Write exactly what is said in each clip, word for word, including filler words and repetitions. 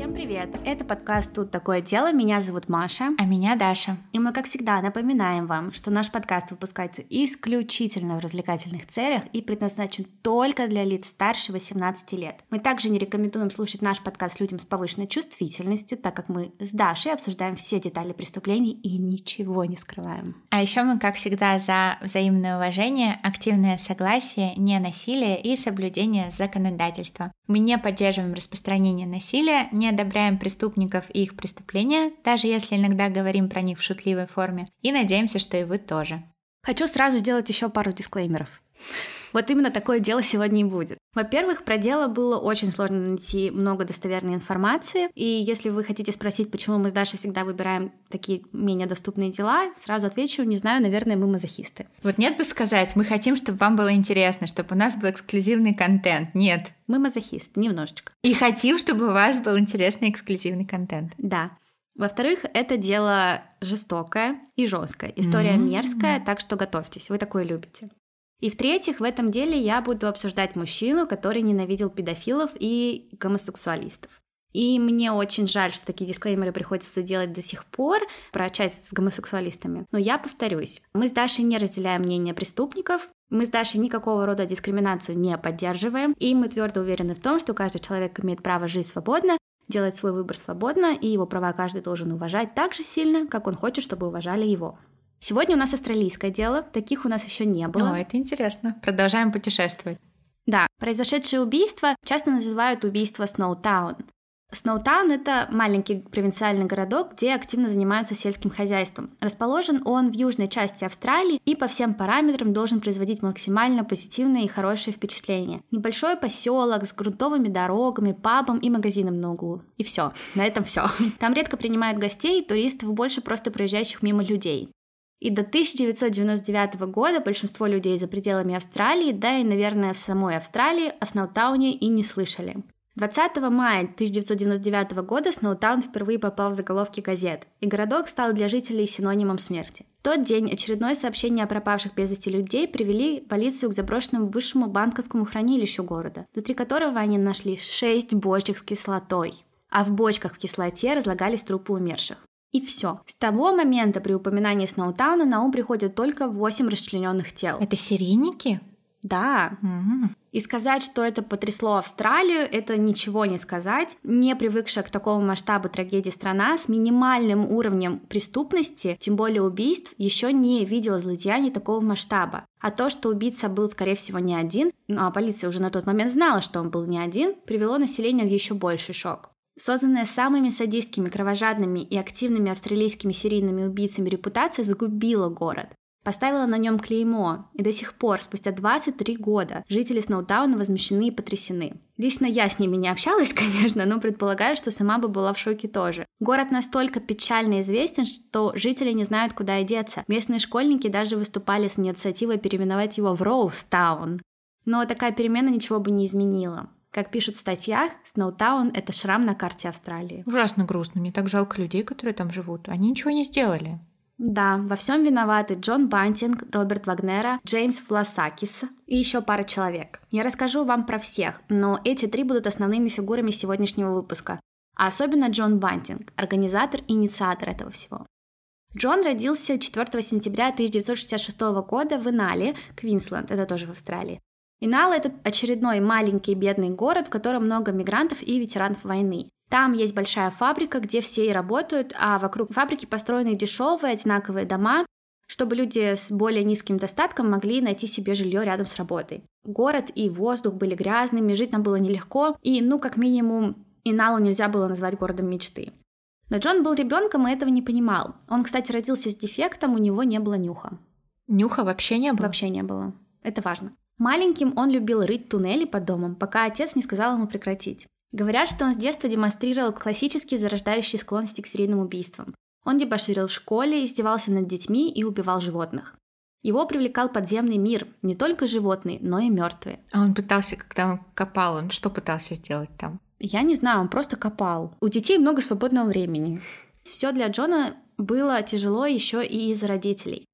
Всем привет! Это подкаст «Тут такое дело». Меня зовут Маша. А меня Даша. И мы, как всегда, напоминаем вам, что наш подкаст выпускается исключительно в развлекательных целях и предназначен только для лиц старше восемнадцати лет. Мы также не рекомендуем слушать наш подкаст людям с повышенной чувствительностью, так как мы с Дашей обсуждаем все детали преступлений и ничего не скрываем. А еще мы, как всегда, за взаимное уважение, активное согласие, ненасилие и соблюдение законодательства. Мы не поддерживаем распространение насилия, не одобряем преступников и их преступления, даже если иногда говорим про них в шутливой форме, и надеемся, что и вы тоже. Хочу сразу сделать еще пару дисклеймеров. Вот именно такое дело сегодня и будет. Во-первых, про дело было очень сложно найти много достоверной информации, и если вы хотите спросить, почему мы с Дашей всегда выбираем такие менее доступные дела, сразу отвечу, не знаю, наверное, мы мазохисты. Вот нет бы сказать, мы хотим, чтобы вам было интересно, чтобы у нас был эксклюзивный контент. Нет. Мы мазохисты, немножечко. И хотим, чтобы у вас был интересный эксклюзивный контент. Да. Во-вторых, это дело жестокое и жесткое, история mm-hmm. мерзкая, так что готовьтесь, вы такое любите. И в-третьих, в этом деле я буду обсуждать мужчину, который ненавидел педофилов и гомосексуалистов. И мне очень жаль, что такие дисклеймеры приходится делать до сих пор про часть с гомосексуалистами. Но я повторюсь, мы с Дашей не разделяем мнение преступников, мы с Дашей никакого рода дискриминацию не поддерживаем, и мы твердо уверены в том, что каждый человек имеет право жить свободно, делать свой выбор свободно, и его права каждый должен уважать так же сильно, как он хочет, чтобы уважали его. Сегодня у нас австралийское дело, таких у нас еще не было. О, это интересно. Продолжаем путешествовать. Да, произошедшее убийство часто называют убийство Сноутаун. Сноутаун — это маленький провинциальный городок, где активно занимаются сельским хозяйством. Расположен он в южной части Австралии и по всем параметрам должен производить максимально позитивное и хорошее впечатление. Небольшой поселок с грунтовыми дорогами, пабом и магазином на углу. И все. На этом все. Там редко принимают гостей, туристов, больше просто проезжающих мимо людей. И до тысяча девятьсот девяносто девятого года большинство людей за пределами Австралии, да и, наверное, в самой Австралии о Сноутауне и не слышали. двадцатого мая тысяча девятьсот девяносто девятого года Сноутаун впервые попал в заголовки газет, и городок стал для жителей синонимом смерти. В тот день очередное сообщение о пропавших без вести людей привели полицию к заброшенному бывшему банковскому хранилищу города, внутри которого они нашли шесть бочек с кислотой, а в бочках в кислоте разлагались трупы умерших. И все. С того момента при упоминании Сноутауна на ум приходят только восемь расчлененных тел. Это серийники? Да. Mm-hmm. И сказать, что это потрясло Австралию, это ничего не сказать. Не привыкшая к такому масштабу трагедии страна с минимальным уровнем преступности, тем более убийств, еще не видела злодеяний такого масштаба. А то, что убийца был, скорее всего, не один, ну а полиция уже на тот момент знала, что он был не один, привело население в еще больший шок. Созданная самыми садистскими, кровожадными и активными австралийскими серийными убийцами репутация загубила город, поставила на нем клеймо, и до сих пор, спустя двадцать три года, жители Сноутауна возмущены и потрясены. Лично я с ними не общалась, конечно, но предполагаю, что сама бы была в шоке тоже. Город настолько печально известен, что жители не знают, куда и деться. Местные школьники даже выступали с инициативой переименовать его в Роузтаун. Но такая перемена ничего бы не изменила. Как пишут в статьях, Сноутаун — это шрам на карте Австралии. Ужасно грустно. Мне так жалко людей, которые там живут. Они ничего не сделали. Да, во всем виноваты Джон Бантинг, Роберт Вагнера, Джеймс Власакис и еще пара человек. Я расскажу вам про всех, но эти три будут основными фигурами сегодняшнего выпуска. А особенно Джон Бантинг, организатор и инициатор этого всего. Джон родился четвёртого сентября тысяча девятьсот шестьдесят шестого года в Инале, Квинсленд, это тоже в Австралии. Инала — это очередной маленький бедный город, в котором много мигрантов и ветеранов войны. Там есть большая фабрика, где все и работают, а вокруг фабрики построены дешевые одинаковые дома, чтобы люди с более низким достатком могли найти себе жилье рядом с работой. Город и воздух были грязными, жить там было нелегко, и, ну, как минимум, Иналу нельзя было назвать городом мечты. Но Джон был ребенком и этого не понимал. Он, кстати, родился с дефектом, у него не было нюха. Нюха вообще не было? Вообще не было. Это важно. Маленьким он любил рыть туннели под домом, пока отец не сказал ему прекратить. Говорят, что он с детства демонстрировал классические зарождающие склонности к серийным убийствам. Он дебоширил в школе, издевался над детьми и убивал животных. Его привлекал подземный мир, не только животные, но и мертвые. А он пытался, когда он копал, он что пытался сделать там? Я не знаю, он просто копал. У детей много свободного времени. Все для Джона было тяжело еще и из-за родителей.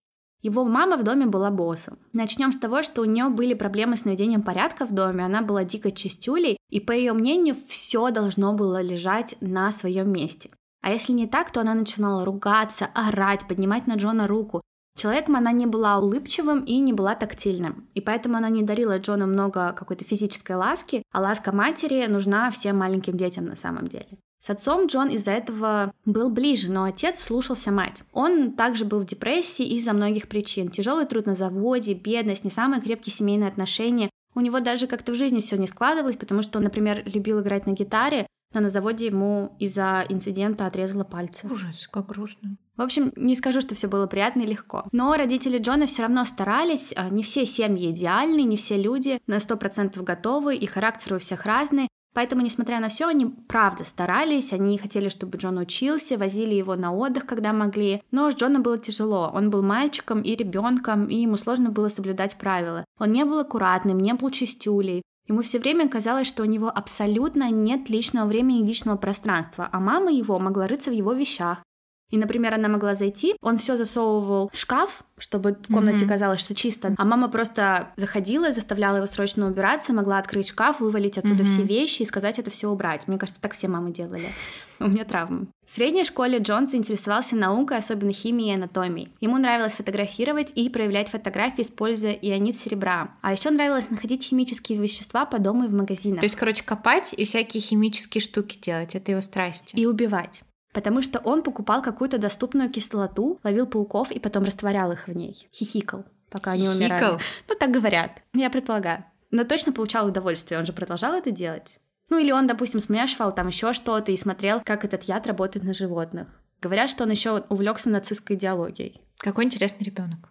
Его мама в доме была боссом. Начнем с того, что у нее были проблемы с наведением порядка в доме, она была дикой чистюлей, и по ее мнению все должно было лежать на своем месте. А если не так, то она начинала ругаться, орать, поднимать на Джона руку. Человеком она не была улыбчивым и не была тактильным, и поэтому она не дарила Джону много какой-то физической ласки, а ласка матери нужна всем маленьким детям на самом деле. С отцом Джон из-за этого был ближе, но отец слушался мать. Он также был в депрессии из-за многих причин. Тяжелый труд на заводе, бедность, не самые крепкие семейные отношения. У него даже как-то в жизни все не складывалось, потому что он, например, любил играть на гитаре, но на заводе ему из-за инцидента отрезало пальцы. Ужас, как грустно. В общем, не скажу, что все было приятно и легко. Но родители Джона все равно старались. Не все семьи идеальны, не все люди на сто процентов готовы, и характеры у всех разные. Поэтому, несмотря на все, они правда старались, они хотели, чтобы Джон учился, возили его на отдых, когда могли. Но с Джоном было тяжело. Он был мальчиком и ребенком, и ему сложно было соблюдать правила. Он не был аккуратным, не был чистюлей. Ему все время казалось, что у него абсолютно нет личного времени и личного пространства, а мама его могла рыться в его вещах. И, например, она могла зайти, он все засовывал в шкаф, чтобы в комнате mm-hmm. казалось, что чисто, а мама просто заходила, заставляла его срочно убираться, могла открыть шкаф, вывалить оттуда mm-hmm. все вещи и сказать это все убрать. Мне кажется, так все мамы делали. У меня травма. В средней школе Джон заинтересовался наукой, особенно химией и анатомией. Ему нравилось фотографировать и проявлять фотографии, используя ионид серебра. А еще нравилось находить химические вещества по дому и в магазинах. То есть, короче, копать и всякие химические штуки делать, это его страсть. И убивать. Потому что он покупал какую-то доступную кислоту, ловил пауков и потом растворял их в ней. Хихикал, пока они умирали. Хихикал? Ну, так говорят, я предполагаю. Но точно получал удовольствие, он же продолжал это делать. Ну, или он, допустим, смешивал там еще что-то и смотрел, как этот яд работает на животных. Говорят, что он еще увлекся нацистской идеологией. Какой интересный ребенок.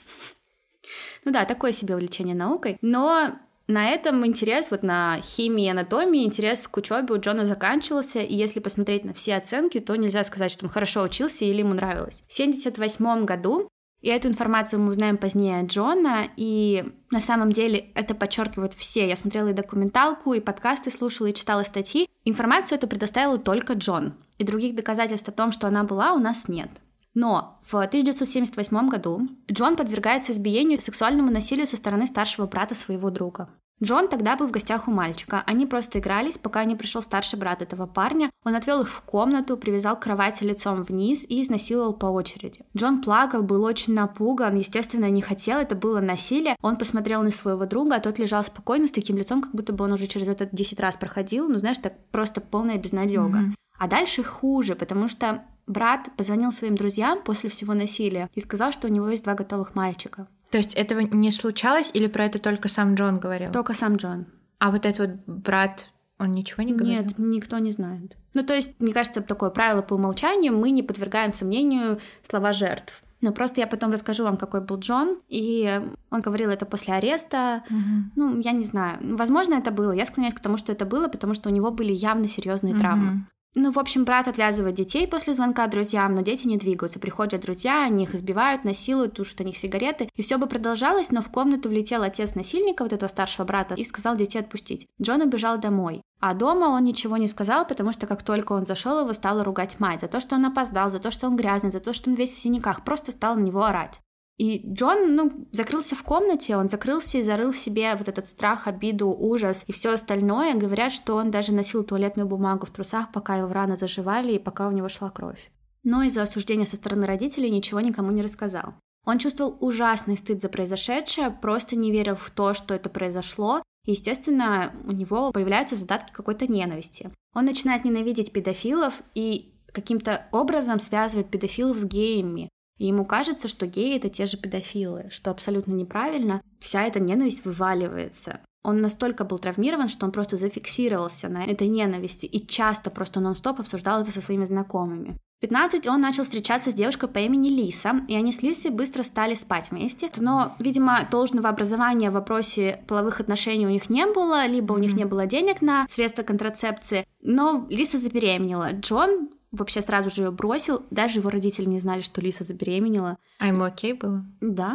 Ну да, такое себе увлечение наукой. Но на этом интерес, вот на химии и анатомии, интерес к учебе у Джона заканчивался, и если посмотреть на все оценки, то нельзя сказать, что он хорошо учился или ему нравилось. В семьдесят восьмом году, и эту информацию мы узнаем позднее от Джона, и на самом деле это подчеркивают все. Я смотрела и документалку, и подкасты слушала, и читала статьи. Информацию эту предоставила только Джон, и других доказательств о том, что она была, у нас нет. Но в тысяча девятьсот семьдесят восьмом году Джон подвергается избиению и сексуальному насилию со стороны старшего брата своего друга. Джон тогда был в гостях у мальчика. Они просто игрались, пока не пришел старший брат этого парня. Он отвел их в комнату, привязал к кровати лицом вниз и изнасиловал по очереди. Джон плакал, был очень напуган, естественно, не хотел, это было насилие. Он посмотрел на своего друга, а тот лежал спокойно с таким лицом, как будто бы он уже через это десять раз проходил. Ну, знаешь, так просто полная безнадега. Mm-hmm. А дальше хуже, потому что брат позвонил своим друзьям после всего насилия и сказал, что у него есть два готовых мальчика. То есть этого не случалось или про это только сам Джон говорил? Только сам Джон. А вот этот вот брат, он ничего не говорил? Нет, никто не знает. Ну, то есть, мне кажется, такое правило по умолчанию, мы не подвергаем сомнению слова жертв. Но просто я потом расскажу вам, какой был Джон, и он говорил это после ареста. Угу. Ну, я не знаю. Возможно, это было. Я склоняюсь к тому, что это было, потому что у него были явно серьезные угу. травмы. Ну, в общем, брат отвязывает детей после звонка друзьям, но дети не двигаются. Приходят друзья, они их избивают, насилуют, тушат у них сигареты. И все бы продолжалось, но в комнату влетел отец насильника, вот этого старшего брата, и сказал детей отпустить. Джон убежал домой. А дома он ничего не сказал, потому что как только он зашел, его стала ругать мать за то, что он опоздал, за то, что он грязный, за то, что он весь в синяках, просто стал на него орать. И Джон, ну, закрылся в комнате, он закрылся и зарыл в себе вот этот страх, обиду, ужас и все остальное. Говорят, что он даже носил туалетную бумагу в трусах, пока его раны заживали и пока у него шла кровь. Но из-за осуждения со стороны родителей ничего никому не рассказал. Он чувствовал ужасный стыд за произошедшее, просто не верил в то, что это произошло. И, естественно, у него появляются задатки какой-то ненависти. Он начинает ненавидеть педофилов и каким-то образом связывает педофилов с геями. И ему кажется, что геи — это те же педофилы, что абсолютно неправильно. Вся эта ненависть вываливается. Он настолько был травмирован, что он просто зафиксировался на этой ненависти и часто просто нон-стоп обсуждал это со своими знакомыми. В пятнадцать он начал встречаться с девушкой по имени Лиса, и они с Лисой быстро стали спать вместе. Но, видимо, должного образования в вопросе половых отношений у них не было, либо у них не было денег на средства контрацепции. Но Лиса забеременела. Джон вообще сразу же ее бросил. Даже его родители не знали, что Лиса забеременела. А ему окей было? Да.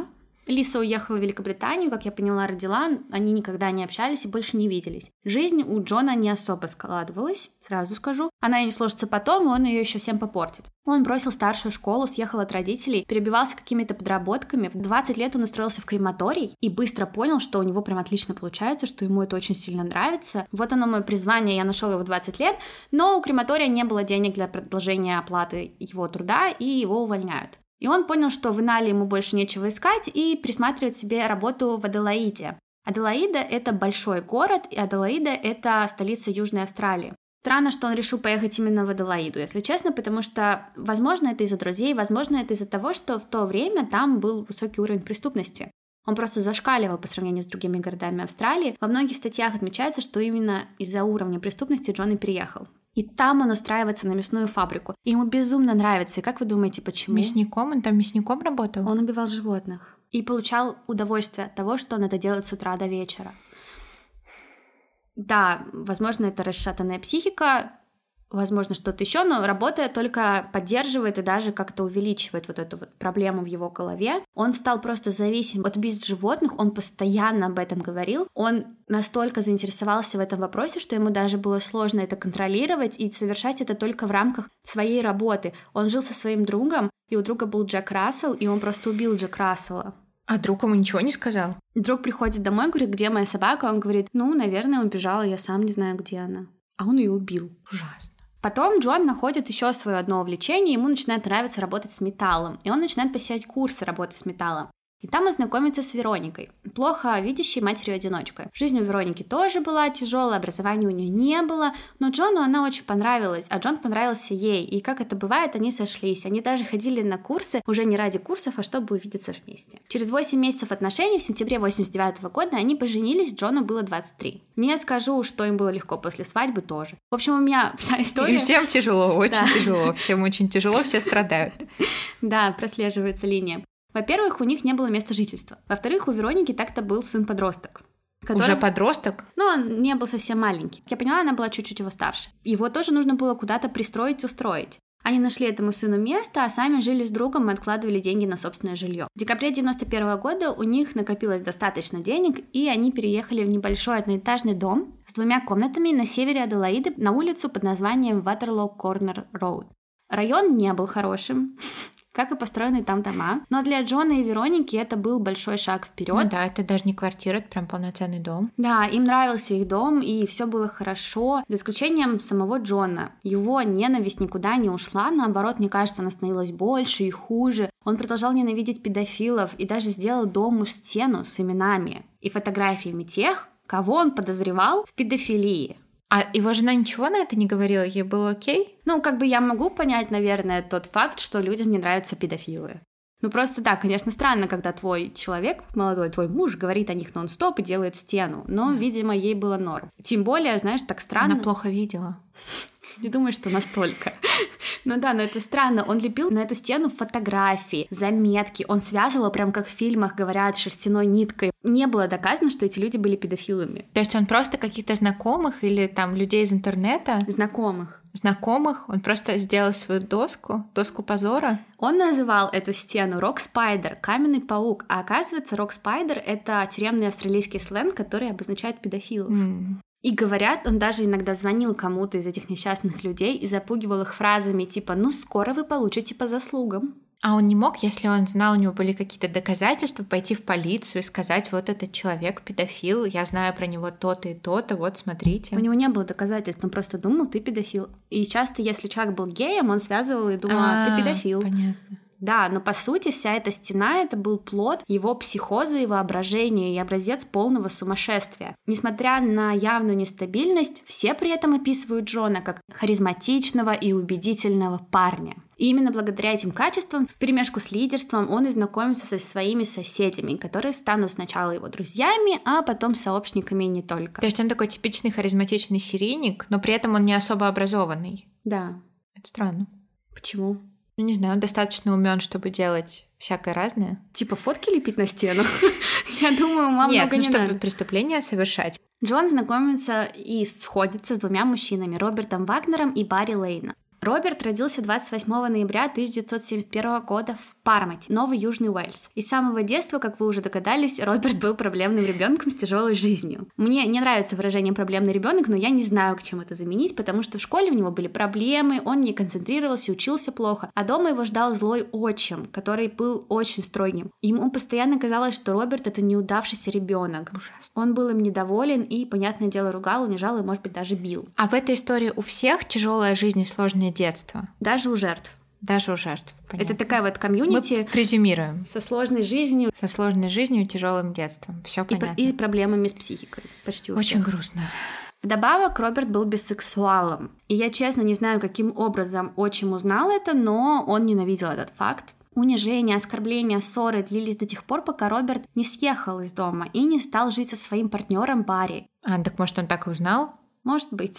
Лиса уехала в Великобританию, как я поняла, родила, они никогда не общались и больше не виделись. Жизнь у Джона не особо складывалась, сразу скажу. Она ей не сложится потом, и он ее еще всем попортит. Он бросил старшую школу, съехал от родителей, перебивался какими-то подработками. В двадцать лет он устроился в крематорий и быстро понял, что у него прям отлично получается, что ему это очень сильно нравится. Вот оно мое призвание, я нашел его в двадцать лет, но у крематория не было денег для продолжения оплаты его труда, и его увольняют. И он понял, что в Инале ему больше нечего искать, и присматривает себе работу в Аделаиде. Аделаида — это большой город, и Аделаида — это столица Южной Австралии. Странно, что он решил поехать именно в Аделаиду, если честно, потому что, возможно, это из-за друзей, возможно, это из-за того, что в то время там был высокий уровень преступности. Он просто зашкаливал по сравнению с другими городами Австралии. Во многих статьях отмечается, что именно из-за уровня преступности Джон и переехал. И там он устраивается на мясную фабрику. И ему безумно нравится. И как вы думаете, почему? Мясником? Он там мясником работал? Он убивал животных. И получал удовольствие от того, что он это делает с утра до вечера. Да, возможно, это расшатанная психика, возможно, что-то еще, но работа только поддерживает и даже как-то увеличивает вот эту вот проблему в его голове. Он стал просто зависим от убийств животных, он постоянно об этом говорил. Он настолько заинтересовался в этом вопросе, что ему даже было сложно это контролировать и совершать это только в рамках своей работы. Он жил со своим другом, и у друга был Джек Рассел, и он просто убил Джека Рассела. А друг ему ничего не сказал? Друг приходит домой, говорит, где моя собака? Он говорит, ну, наверное, убежала, я сам не знаю, где она. А он ее убил. Ужасно. Потом Джон находит еще свое одно увлечение, ему начинает нравиться работать с металлом, и он начинает посещать курсы работы с металлом. И там он знакомится с Вероникой, плохо видящей матерью-одиночкой. Жизнь у Вероники тоже была тяжелая, образования у нее не было, но Джону она очень понравилась, а Джон понравился ей. И как это бывает, они сошлись. Они даже ходили на курсы, уже не ради курсов, а чтобы увидеться вместе. Через восемь месяцев отношений, в сентябре восемьдесят девятого года, они поженились, Джону было двадцать три. Не скажу, что им было легко после свадьбы тоже. В общем, у меня вся история... И всем тяжело, очень тяжело, всем очень тяжело, все страдают. Да, прослеживается линия. Во-первых, у них не было места жительства. Во-вторых, у Вероники так-то был сын-подросток. Который... Уже подросток? Ну, он не был совсем маленький. Я поняла, она была чуть-чуть его старше. Его тоже нужно было куда-то пристроить, устроить. Они нашли этому сыну место, а сами жили с другом и откладывали деньги на собственное жилье. В декабре девяносто первого года у них накопилось достаточно денег, и они переехали в небольшой одноэтажный дом с двумя комнатами на севере Аделаиды на улицу под названием Waterloo Corner Road. Район не был хорошим, как и построены там дома. Но для Джона и Вероники это был большой шаг вперед. Ну да, это даже не квартира, это прям полноценный дом. Да, им нравился их дом, и все было хорошо, за исключением самого Джона. Его ненависть никуда не ушла, наоборот, мне кажется, она становилась больше и хуже. Он продолжал ненавидеть педофилов и даже сделал дому стену с именами и фотографиями тех, кого он подозревал в педофилии. А его жена ничего на это не говорила? Ей было окей? Ну, как бы я могу понять, наверное, тот факт, что людям не нравятся педофилы. Ну, просто да, конечно, странно, когда твой человек, молодой твой муж, говорит о них нон-стоп и делает стену. Но, mm. видимо, ей было норм. Тем более, знаешь, так странно... Она плохо видела. Не думаю, что настолько. Ну да, но это странно. Он лепил на эту стену фотографии, заметки. Он связывал, прям как в фильмах говорят, шерстяной ниткой. Не было доказано, что эти люди были педофилами. То есть он просто каких-то знакомых или там людей из интернета? Знакомых. Знакомых? Он просто сделал свою доску, доску позора? Он называл эту стену Rock Spider, каменный паук. А оказывается, Rock Spider — это тюремный австралийский сленг, который обозначает педофилов. Mm. И говорят, он даже иногда звонил кому-то из этих несчастных людей и запугивал их фразами типа «ну скоро вы получите по заслугам». А он не мог, если он знал, у него были какие-то доказательства, пойти в полицию и сказать: вот этот человек педофил, я знаю про него то-то и то-то, вот смотрите. У него не было доказательств, он просто думал, ты педофил. И часто, если человек был геем, он связывал и думал, а, ты педофил. Понятно. Да, но по сути вся эта стена — это был плод его психоза и воображения и образец полного сумасшествия. Несмотря на явную нестабильность, все при этом описывают Джона как харизматичного и убедительного парня. И именно благодаря этим качествам, вперемешку с лидерством, он и знакомится со своими соседями, которые станут сначала его друзьями, а потом сообщниками и не только. То есть он такой типичный харизматичный серийник, но при этом он не особо образованный. Да. Это странно. Почему? Ну, не знаю, он достаточно умен, чтобы делать всякое разное. Типа фотки лепить на стену? Я думаю, мало много не надо. Нет, ну, чтобы преступления совершать. Джон знакомится и сходится с двумя мужчинами, Робертом Вагнером и Барри Лейном. Роберт родился двадцать восьмого ноября тысяча девятьсот семьдесят первого года в Пармате, Новый Южный Уэльс. И с самого детства, как вы уже догадались, Роберт был проблемным ребенком с тяжелой жизнью. Мне не нравится выражение «проблемный ребенок», но я не знаю, к чем это заменить, потому что в школе у него были проблемы, он не концентрировался, учился плохо, а дома его ждал злой отчим, который был очень строгим. Ему постоянно казалось, что Роберт — это неудавшийся ребенок. Ужасно. Он был им недоволен и, понятное дело, ругал, унижал и, может быть, даже бил. А в этой истории у всех тяжелая жизнь и сложное детство? Даже у жертв. Даже у жертв. Понятно. Это такая вот комьюнити. Мы презюмируем. Со сложной жизнью. Со сложной жизнью и тяжелым детством. Все понятно. И, и проблемами с психикой. Почти у Очень всех. грустно. Вдобавок, Роберт был бисексуалом. И я, честно, не знаю, каким образом отчим узнал это, но он ненавидел этот факт. Унижения, оскорбления, ссоры длились до тех пор, пока Роберт не съехал из дома и не стал жить со своим партнером Барри. А, так может, он так и узнал? Может быть.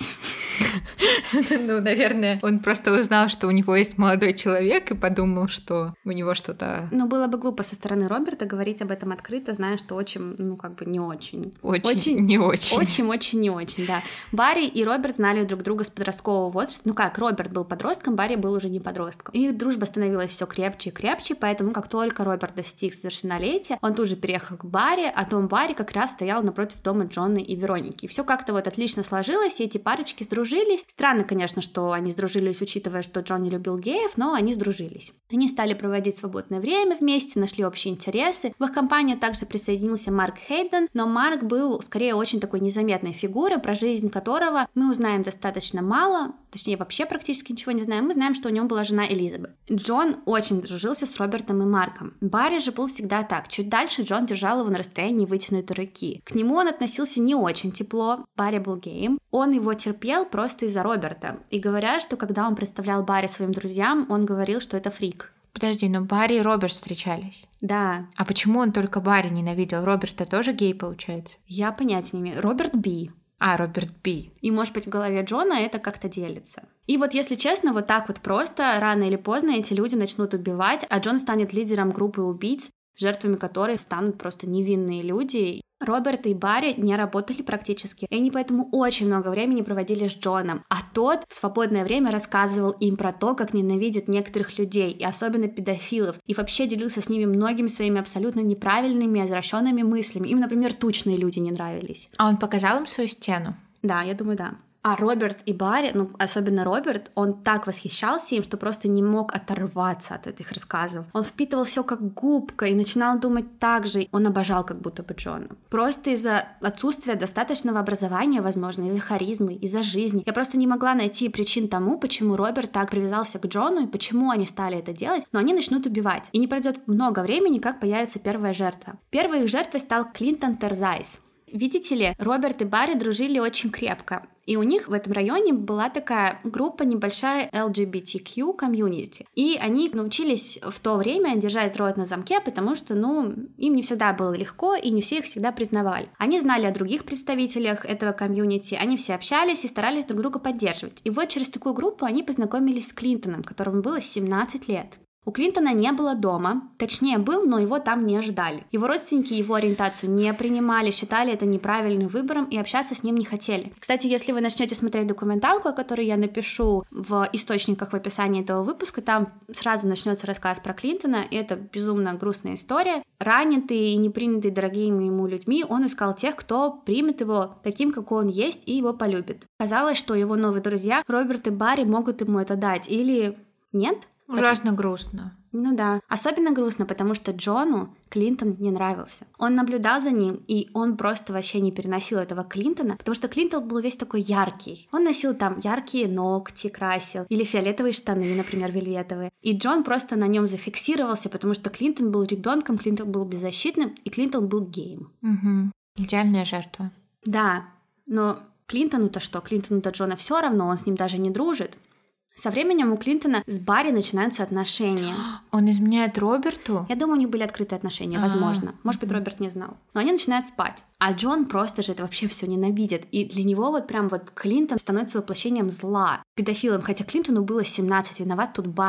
Ну, наверное, он просто узнал, что у него есть молодой человек, и подумал, что у него что-то... Ну, было бы глупо со стороны Роберта говорить об этом открыто, зная, что отчим, ну, как бы не очень. Очень, очень не очень. Очень, очень не очень, да. Барри и Роберт знали друг друга с подросткового возраста. Ну как, Роберт был подростком, Барри был уже не подростком. Их дружба становилась все крепче и крепче, поэтому как только Роберт достиг совершеннолетия, он тут же переехал к Барри, а дом Барри как раз стоял напротив дома Джона и Вероники. И все как-то вот отлично сложилось, и эти парочки сдружились. Странно, конечно, что они сдружились, учитывая, что Джон не любил геев, но они сдружились. Они стали проводить свободное время вместе, нашли общие интересы. В их компанию также присоединился Марк Хейден, но Марк был скорее очень такой незаметной фигурой, про жизнь которого мы узнаем достаточно мало, точнее вообще практически ничего не знаем. Мы знаем, что у него была жена Элизабет. Джон очень дружился с Робертом и Марком. Барри же был всегда так. Чуть дальше Джон держал его на расстоянии вытянутой руки. К нему он относился не очень тепло. Барри был геем. Он его терпел просто из-за Роберта. И говорят, что когда он представлял Барри своим друзьям, он говорил, что это фрик. Подожди, но Барри и Роберт встречались? Да. А почему он только Барри ненавидел? Роберт-то тоже гей, получается? Я понятия не имею. Роберт Би. А, Роберт Би. И, может быть, в голове Джона это как-то делится. И вот, если честно, вот так вот просто, рано или поздно эти люди начнут убивать, а Джон станет лидером группы убийц, жертвами которой станут просто невинные люди. Роберт и Барри не работали практически, и они поэтому очень много времени проводили с Джоном, а тот в свободное время рассказывал им про то, как ненавидит некоторых людей, и особенно педофилов, и вообще делился с ними многими своими абсолютно неправильными, извращенными мыслями. Им, например, тучные люди не нравились. А он показал им свою стену? Да, я думаю, да. А Роберт и Барри, ну, особенно Роберт, он так восхищался им, что просто не мог оторваться от этих рассказов. Он впитывал все как губка и начинал думать так же. Он обожал как будто бы Джона. Просто из-за отсутствия достаточного образования, возможно, из-за харизмы, из-за жизни. Я просто не могла найти причин тому, почему Роберт так привязался к Джону и почему они стали это делать, но они начнут убивать. И не пройдет много времени, как появится первая жертва. Первой их жертвой стал Клинтон Терзайс. Видите ли, Роберт и Барри дружили очень крепко. И у них в этом районе была такая группа небольшая эл джи би ти кью комьюнити. И они научились в то время держать рот на замке, потому что, ну, им не всегда было легко, и не все их всегда признавали. Они знали о других представителях этого комьюнити, они все общались и старались друг друга поддерживать. И вот через такую группу они познакомились с Клинтоном, которому было семнадцать лет. У Клинтона не было дома, точнее был, но его там не ожидали. Его родственники его ориентацию не принимали, считали это неправильным выбором и общаться с ним не хотели. Кстати, если вы начнете смотреть документалку, о которой я напишу в источниках в описании этого выпуска, там сразу начнется рассказ про Клинтона, и это безумно грустная история. Ранитый и не принятый дорогими ему людьми, он искал тех, кто примет его таким, какой он есть, и его полюбит. Казалось, что его новые друзья Роберт и Барри могут ему это дать, или нет? Ужасно это... грустно. Ну да, особенно грустно, потому что Джону Клинтон не нравился. Он наблюдал за ним, и он просто вообще не переносил этого Клинтона, потому что Клинтон был весь такой яркий. Он носил там яркие ногти, красил, или фиолетовые штаны, например, вельветовые. И Джон просто на нем зафиксировался, потому что Клинтон был ребенком, Клинтон был беззащитным, и Клинтон был геем. Угу. Идеальная жертва. Да, но Клинтону-то что? Клинтону-то Джона все равно, он с ним даже не дружит. Со временем у Клинтона с Барри начинаются отношения. Он изменяет Роберту? Я думаю, у них были открытые отношения, возможно. А-а-а. Может быть, Роберт не знал. Но они начинают спать. А Джон просто же это вообще все ненавидит. И для него вот прям вот Клинтон становится воплощением зла, педофилом. Хотя Клинтону было семнадцать, виноват тут Барри.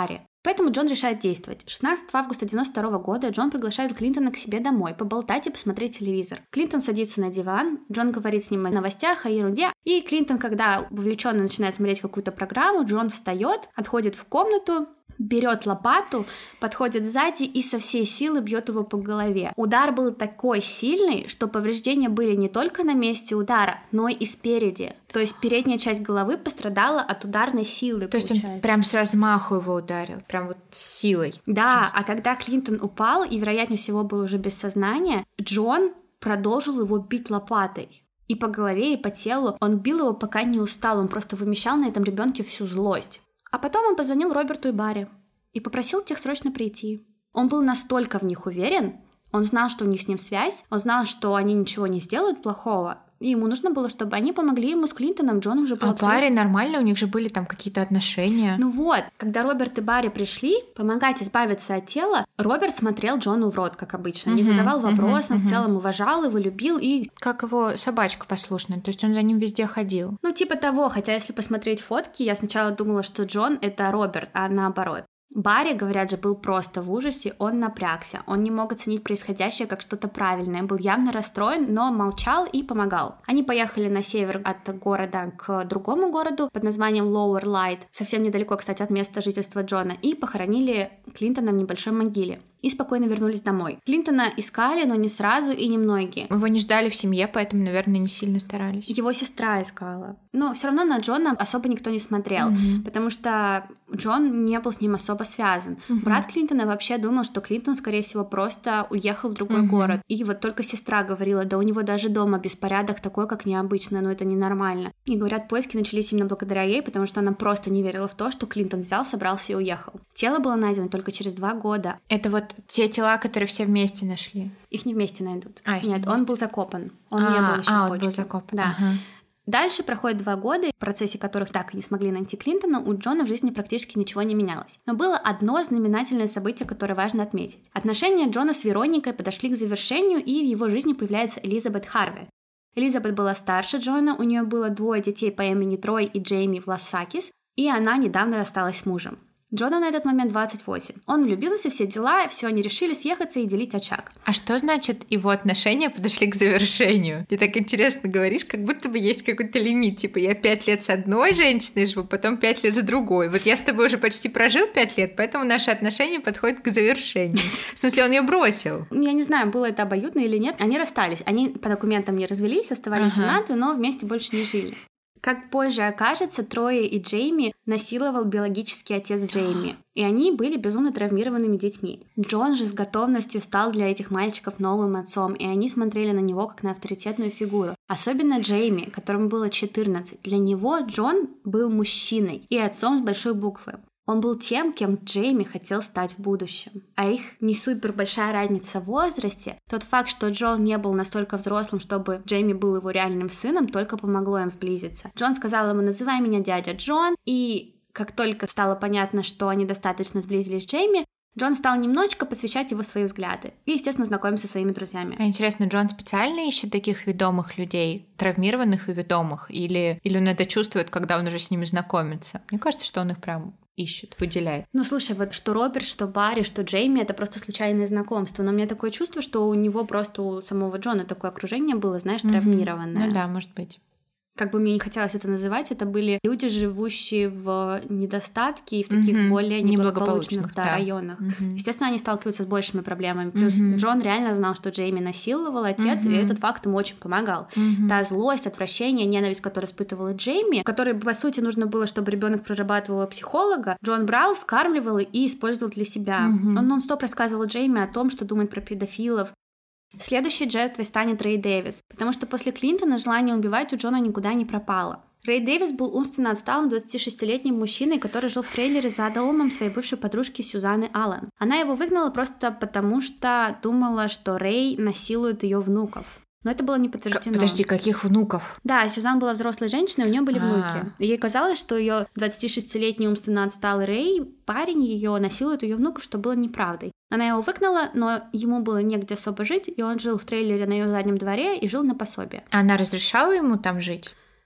Поэтому Джон решает действовать. шестнадцатого августа девяносто второго года Джон приглашает Клинтона к себе домой поболтать и посмотреть телевизор. Клинтон садится на диван, Джон говорит с ним о новостях, о ерунде, и Клинтон, когда увлеченно начинает смотреть какую-то программу, Джон встает, отходит в комнату, берет лопату, подходит сзади и со всей силы бьет его по голове. Удар был такой сильный, что повреждения были не только на месте удара, но и спереди. То есть передняя часть головы пострадала от ударной силы. То есть он прям с размаху его ударил, прям вот с силой. Да, жестко. А когда Клинтон упал и, вероятнее всего, был уже без сознания, Джон продолжил его бить лопатой. И по голове, и по телу. Он бил его, пока не устал, он просто вымещал на этом ребенке всю злость. А потом он позвонил Роберту и Барри и попросил тех срочно прийти. Он был настолько в них уверен, он знал, что у них с ним связь, он знал, что они ничего не сделают плохого, и ему нужно было, чтобы они помогли ему с Клинтоном. Джон уже был А абсолютно... Барри нормально, у них же были там какие-то отношения. Ну вот, когда Роберт и Барри пришли помогать избавиться от тела, Роберт смотрел Джону в рот, как обычно, не Мгм, задавал вопросов, мгм, в целом уважал его, любил и... Как его собачка послушная, то есть он за ним везде ходил. Ну типа того, хотя если посмотреть фотки, я сначала думала, что Джон — это Роберт, а наоборот. Барри, говорят же, был просто в ужасе, он напрягся, он не мог оценить происходящее как что-то правильное, был явно расстроен, но молчал и помогал. Они поехали на север от города к другому городу под названием Lower Light, совсем недалеко, кстати, от места жительства Джона, и похоронили Клинтона в небольшой могиле. И спокойно вернулись домой. Клинтона искали, но не сразу и не многие. Его не ждали в семье, поэтому, наверное, не сильно старались. Его сестра искала. Но все равно на Джона особо никто не смотрел, Mm-hmm. потому что Джон не был с ним особо связан. Mm-hmm. Брат Клинтона вообще думал, что Клинтон, скорее всего, просто уехал в другой mm-hmm. город. И вот только сестра говорила, да у него даже дома беспорядок такой, как необычно, но это ненормально. И говорят, поиски начались именно благодаря ей, потому что она просто не верила в то, что Клинтон взял, собрался и уехал. Тело было найдено только через два года. Это вот те тела, которые все вместе нашли? Их не вместе найдут. А, их Нет, не вместе. Он был закопан. Он а, не был еще а, в почке. он был закопан. Да. Ага. Дальше проходит два года, в процессе которых так и не смогли найти Клинтона, у Джона в жизни практически ничего не менялось. Но было одно знаменательное событие, которое важно отметить. Отношения Джона с Вероникой подошли к завершению, и в его жизни появляется Элизабет Харви. Элизабет была старше Джона, у нее было двое детей по имени Трой и Джейми Власакис, и она недавно рассталась с мужем. Джону на этот момент двадцать восемь. Он влюбился, все дела, и все, они решили съехаться и делить очаг. А что значит его отношения подошли к завершению? Ты так интересно говоришь, как будто бы есть какой-то лимит. Типа я пять лет с одной женщиной живу, потом пять лет с другой. Вот я с тобой уже почти прожил пять лет, поэтому наши отношения подходят к завершению. В смысле, он ее бросил? Я не знаю, было это обоюдно или нет. Они расстались. Они по документам не развелись, оставались ага. женаты, но вместе больше не жили. Как позже окажется, Троя и Джейми насиловал биологический отец Джейми, и они были безумно травмированными детьми. Джон же с готовностью стал для этих мальчиков новым отцом, и они смотрели на него как на авторитетную фигуру. Особенно Джейми, которому было четырнадцать. Для него Джон был мужчиной и отцом с большой буквы. Он был тем, кем Джейми хотел стать в будущем. А их не супер большая разница в возрасте, тот факт, что Джон не был настолько взрослым, чтобы Джейми был его реальным сыном, только помогло им сблизиться. Джон сказал ему: «Называй меня дядя Джон», и как только стало понятно, что они достаточно сблизились с Джейми, Джон стал немножечко посвящать его свои взгляды и, естественно, знакомиться со своими друзьями. А интересно, Джон специально ищет таких ведомых людей, травмированных и ведомых, или, или он это чувствует, когда он уже с ними знакомится? Мне кажется, что он их прям ищет, выделяет. Ну, слушай, вот что Роберт, что Барри, что Джейми — это просто случайное знакомство, но у меня такое чувство, что у него просто, у самого Джона такое окружение было, знаешь, mm-hmm. травмированное. Ну да, может быть. Как бы мне не хотелось это называть, это были люди, живущие в недостатке и в таких mm-hmm. более неблагополучных да, да. районах. Mm-hmm. Естественно, они сталкиваются с большими проблемами. Плюс mm-hmm. Джон реально знал, что Джейми насиловал отец, mm-hmm. и этот факт ему очень помогал. Mm-hmm. Та злость, отвращение, ненависть, которую испытывала Джейми, которой, по сути, нужно было, чтобы ребенок прорабатывал у психолога, Джон брал, вскармливал и использовал для себя. Mm-hmm. Он нон-стоп рассказывал Джейми о том, что думает про педофилов. Следующей жертвой станет Рэй Дэвис, потому что после Клинтона желание убивать у Джона никуда не пропало. Рэй Дэвис был умственно отсталым двадцатишестилетним мужчиной, который жил в трейлере за домом своей бывшей подружки Сюзанны Аллен. Она его выгнала просто потому, что думала, что Рэй насилует ее внуков. Но это было не подтверждено. Подожди, каких внуков? Да, Сюзан была взрослой женщиной, у нее были А-а-а. внуки. И ей казалось, что ее двадцатишестилетний умственно отсталый Рэй, парень ее, насилует ее внуков, что было неправдой. Она его выгнала, но ему было негде особо жить, и он жил в трейлере на ее заднем дворе и жил на пособие. А она разрешала ему там жить?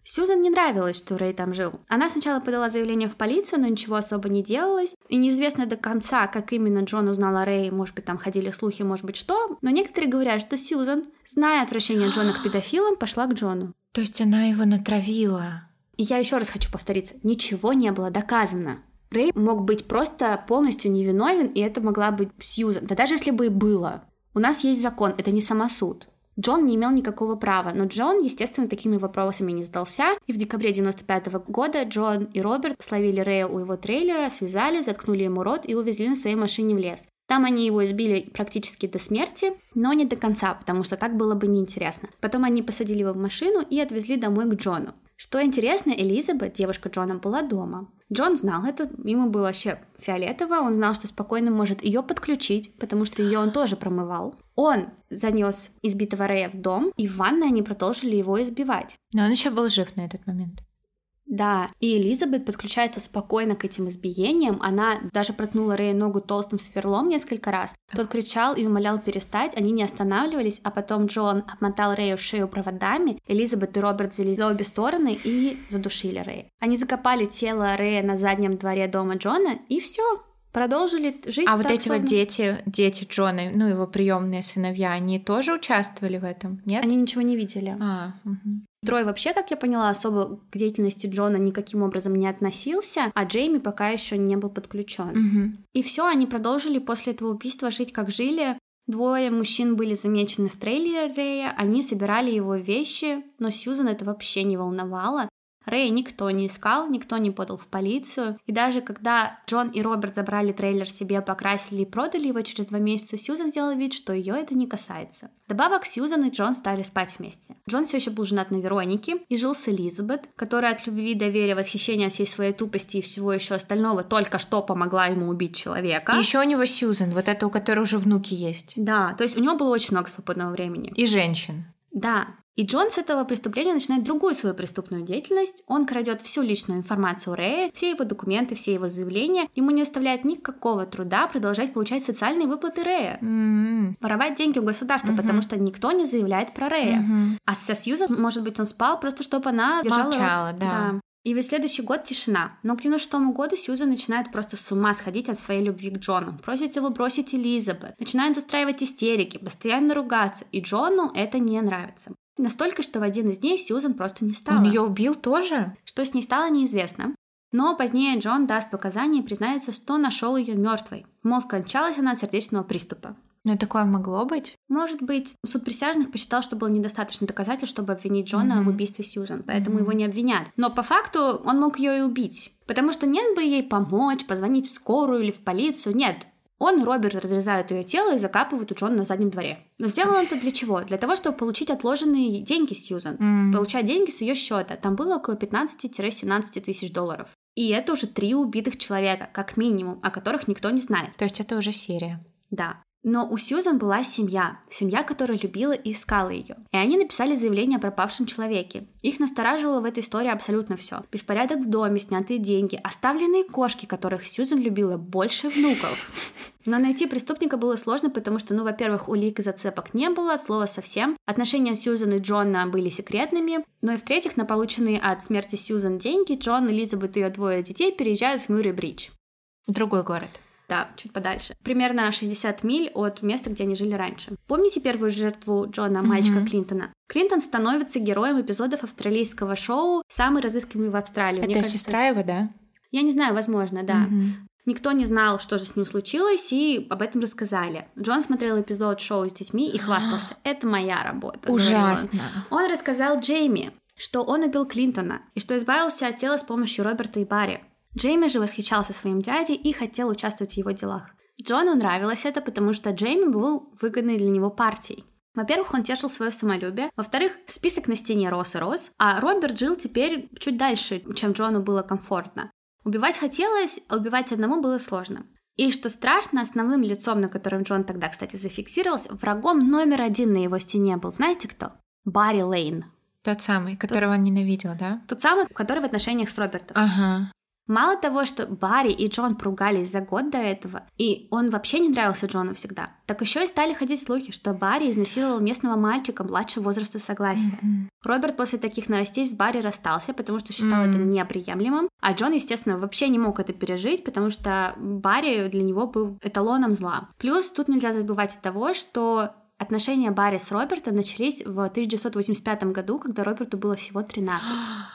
Сьюзан не нравилось, что Рэй там жил. Она сначала подала заявление в полицию, но ничего особо не делалось. И неизвестно до конца, как именно Джон узнал о Рэе. Может быть, там ходили слухи, может быть, что. Но некоторые говорят, что Сьюзан, зная отвращение Джона к педофилам, пошла к Джону. То есть она его натравила. И я еще раз хочу повториться. Ничего не было доказано. Рэй мог быть просто полностью невиновен, и это могла быть Сьюзан. Да даже если бы и было. У нас есть закон, это не самосуд. Джон не имел никакого права, но Джон, естественно, такими вопросами не сдался, и в декабре девяносто пятого года Джон и Роберт словили Рэя у его трейлера, связали, заткнули ему рот и увезли на своей машине в лес. Там они его избили практически до смерти, но не до конца, потому что так было бы неинтересно. Потом они посадили его в машину и отвезли домой к Джону. Что интересно, Элизабет, девушка Джона, была дома. Джон знал это, ему было вообще фиолетово, он знал, что спокойно может ее подключить, потому что ее он тоже промывал. Он занес избитого Рэя в дом, и в ванной они продолжили его избивать. Но он еще был жив на этот момент. Да, и Элизабет подключается спокойно к этим избиениям. Она даже проткнула Рэя ногу толстым сверлом несколько раз. Тот кричал и умолял перестать, они не останавливались, а потом Джон обмотал Рэю шею проводами. Элизабет и Роберт взяли за обе стороны и задушили Рэя. Они закопали тело Рэя на заднем дворе дома Джона, и все. Продолжили жить. А вот так, эти словно... вот дети, дети Джона, ну его приемные сыновья, они тоже участвовали в этом, нет? Они ничего не видели. А, угу. Трой вообще, как я поняла, особо к деятельности Джона никаким образом не относился, а Джейми пока еще не был подключен. Угу. И все, они продолжили после этого убийства жить как жили. Двое мужчин были замечены в трейлере Рэя, они собирали его вещи, но Сьюзан это вообще не волновало. Рэя никто не искал, никто не подал в полицию. И даже когда Джон и Роберт забрали трейлер себе, покрасили и продали его через два месяца, Сьюзан сделала вид, что ее это не касается. Вдобавок, Сьюзан и Джон стали спать вместе. Джон все еще был женат на Веронике и жил с Элизабет, которая от любви, доверия, восхищения всей своей тупости и всего еще остального только что помогла ему убить человека. И еще у него Сьюзан, вот эта, у которой уже внуки есть. Да, то есть у него было очень много свободного времени. И женщин. Да. И Джон с этого преступления начинает другую свою преступную деятельность. Он крадет всю личную информацию Рэя, все его документы, все его заявления. Ему не оставляет никакого труда продолжать получать социальные выплаты Рэя. Mm-hmm. Воровать деньги у государства, mm-hmm. потому что никто не заявляет про Рэя. Mm-hmm. А со Сьюзан, может быть, он спал просто, чтобы она держала... Молчала, да. да. И весь следующий год тишина. Но к девяносто шестому году Сьюзан начинает просто с ума сходить от своей любви к Джону. Просит его бросить Элизабет. Начинает устраивать истерики, постоянно ругаться. И Джону это не нравится. Настолько, что в один из дней Сьюзан просто не стала. Он ее убил тоже? Что с ней стало, неизвестно. Но позднее Джон даст показания и признается, что нашел ее мертвой. Мол, скончалась она от сердечного приступа. Но такое могло быть? Может быть, суд присяжных посчитал, что было недостаточно доказательств, чтобы обвинить Джона mm-hmm. в убийстве Сьюзан, поэтому mm-hmm. его не обвинят. Но по факту он мог ее и убить, потому что нет бы ей помочь, позвонить в скорую или в полицию, нет. Он и Роберт разрезают ее тело и закапывают у Джона на заднем дворе. Но сделал он это для чего? Для того, чтобы получить отложенные деньги Сьюзан. Mm. Получать деньги с ее счета. Там было около пятнадцать-семнадцать тысяч долларов. И это уже три убитых человека, как минимум, о которых никто не знает. То есть это уже серия. Да. Но у Сьюзан была семья, семья, которая любила и искала ее. И они написали заявление о пропавшем человеке. Их настораживало в этой истории абсолютно все. Беспорядок в доме, снятые деньги, оставленные кошки, которых Сьюзан любила больше внуков. Но найти преступника было сложно, потому что, ну, во-первых, улик и зацепок не было, от слова совсем. Отношения Сьюзан и Джона были секретными. Но и в-третьих, на полученные от смерти Сьюзан деньги Джон, Элизабет и ее двое детей переезжают в Мюррей-Бридж. В другой город. Да, чуть подальше. Примерно шестьдесят миль от места, где они жили раньше. Помните первую жертву Джона, мальчика mm-hmm. Клинтона? Клинтон становится героем эпизодов австралийского шоу «Самый разыскиваемый в Австралии». Это Мне кажется, сестра его, да? Я не знаю, возможно, да. Mm-hmm. Никто не знал, что же с ним случилось, и об этом рассказали. Джон смотрел эпизод шоу с детьми и хвастался. Это моя работа. Ужасно. Он. он рассказал Джейми, что он убил Клинтона, и что избавился от тела с помощью Роберта и Барри. Джейми же восхищался своим дядей и хотел участвовать в его делах. Джону нравилось это, потому что Джейми был выгодной для него партией. Во-первых, он тешил свое самолюбие. Во-вторых, список на стене рос и рос. А Роберт жил теперь чуть дальше, чем Джону было комфортно. Убивать хотелось, а убивать одному было сложно. И что страшно, основным лицом, на котором Джон тогда, кстати, зафиксировался, врагом номер один на его стене был, знаете кто? Барри Лейн. Тот самый, которого Тот... он ненавидел, да? Тот самый, который в отношениях с Робертом. Ага. Мало того, что Барри и Джон поругались за год до этого, и он вообще не нравился Джону всегда, так еще и стали ходить слухи, что Барри изнасиловал местного мальчика младшего возраста согласия. Mm-hmm. Роберт после таких новостей с Барри расстался, потому что считал mm-hmm. это неприемлемым, а Джон, естественно, вообще не мог это пережить, потому что Барри для него был эталоном зла. Плюс тут нельзя забывать и того, что отношения Барри с Робертом начались в тысяча девятьсот восемьдесят пятом году, когда Роберту было всего тринадцать.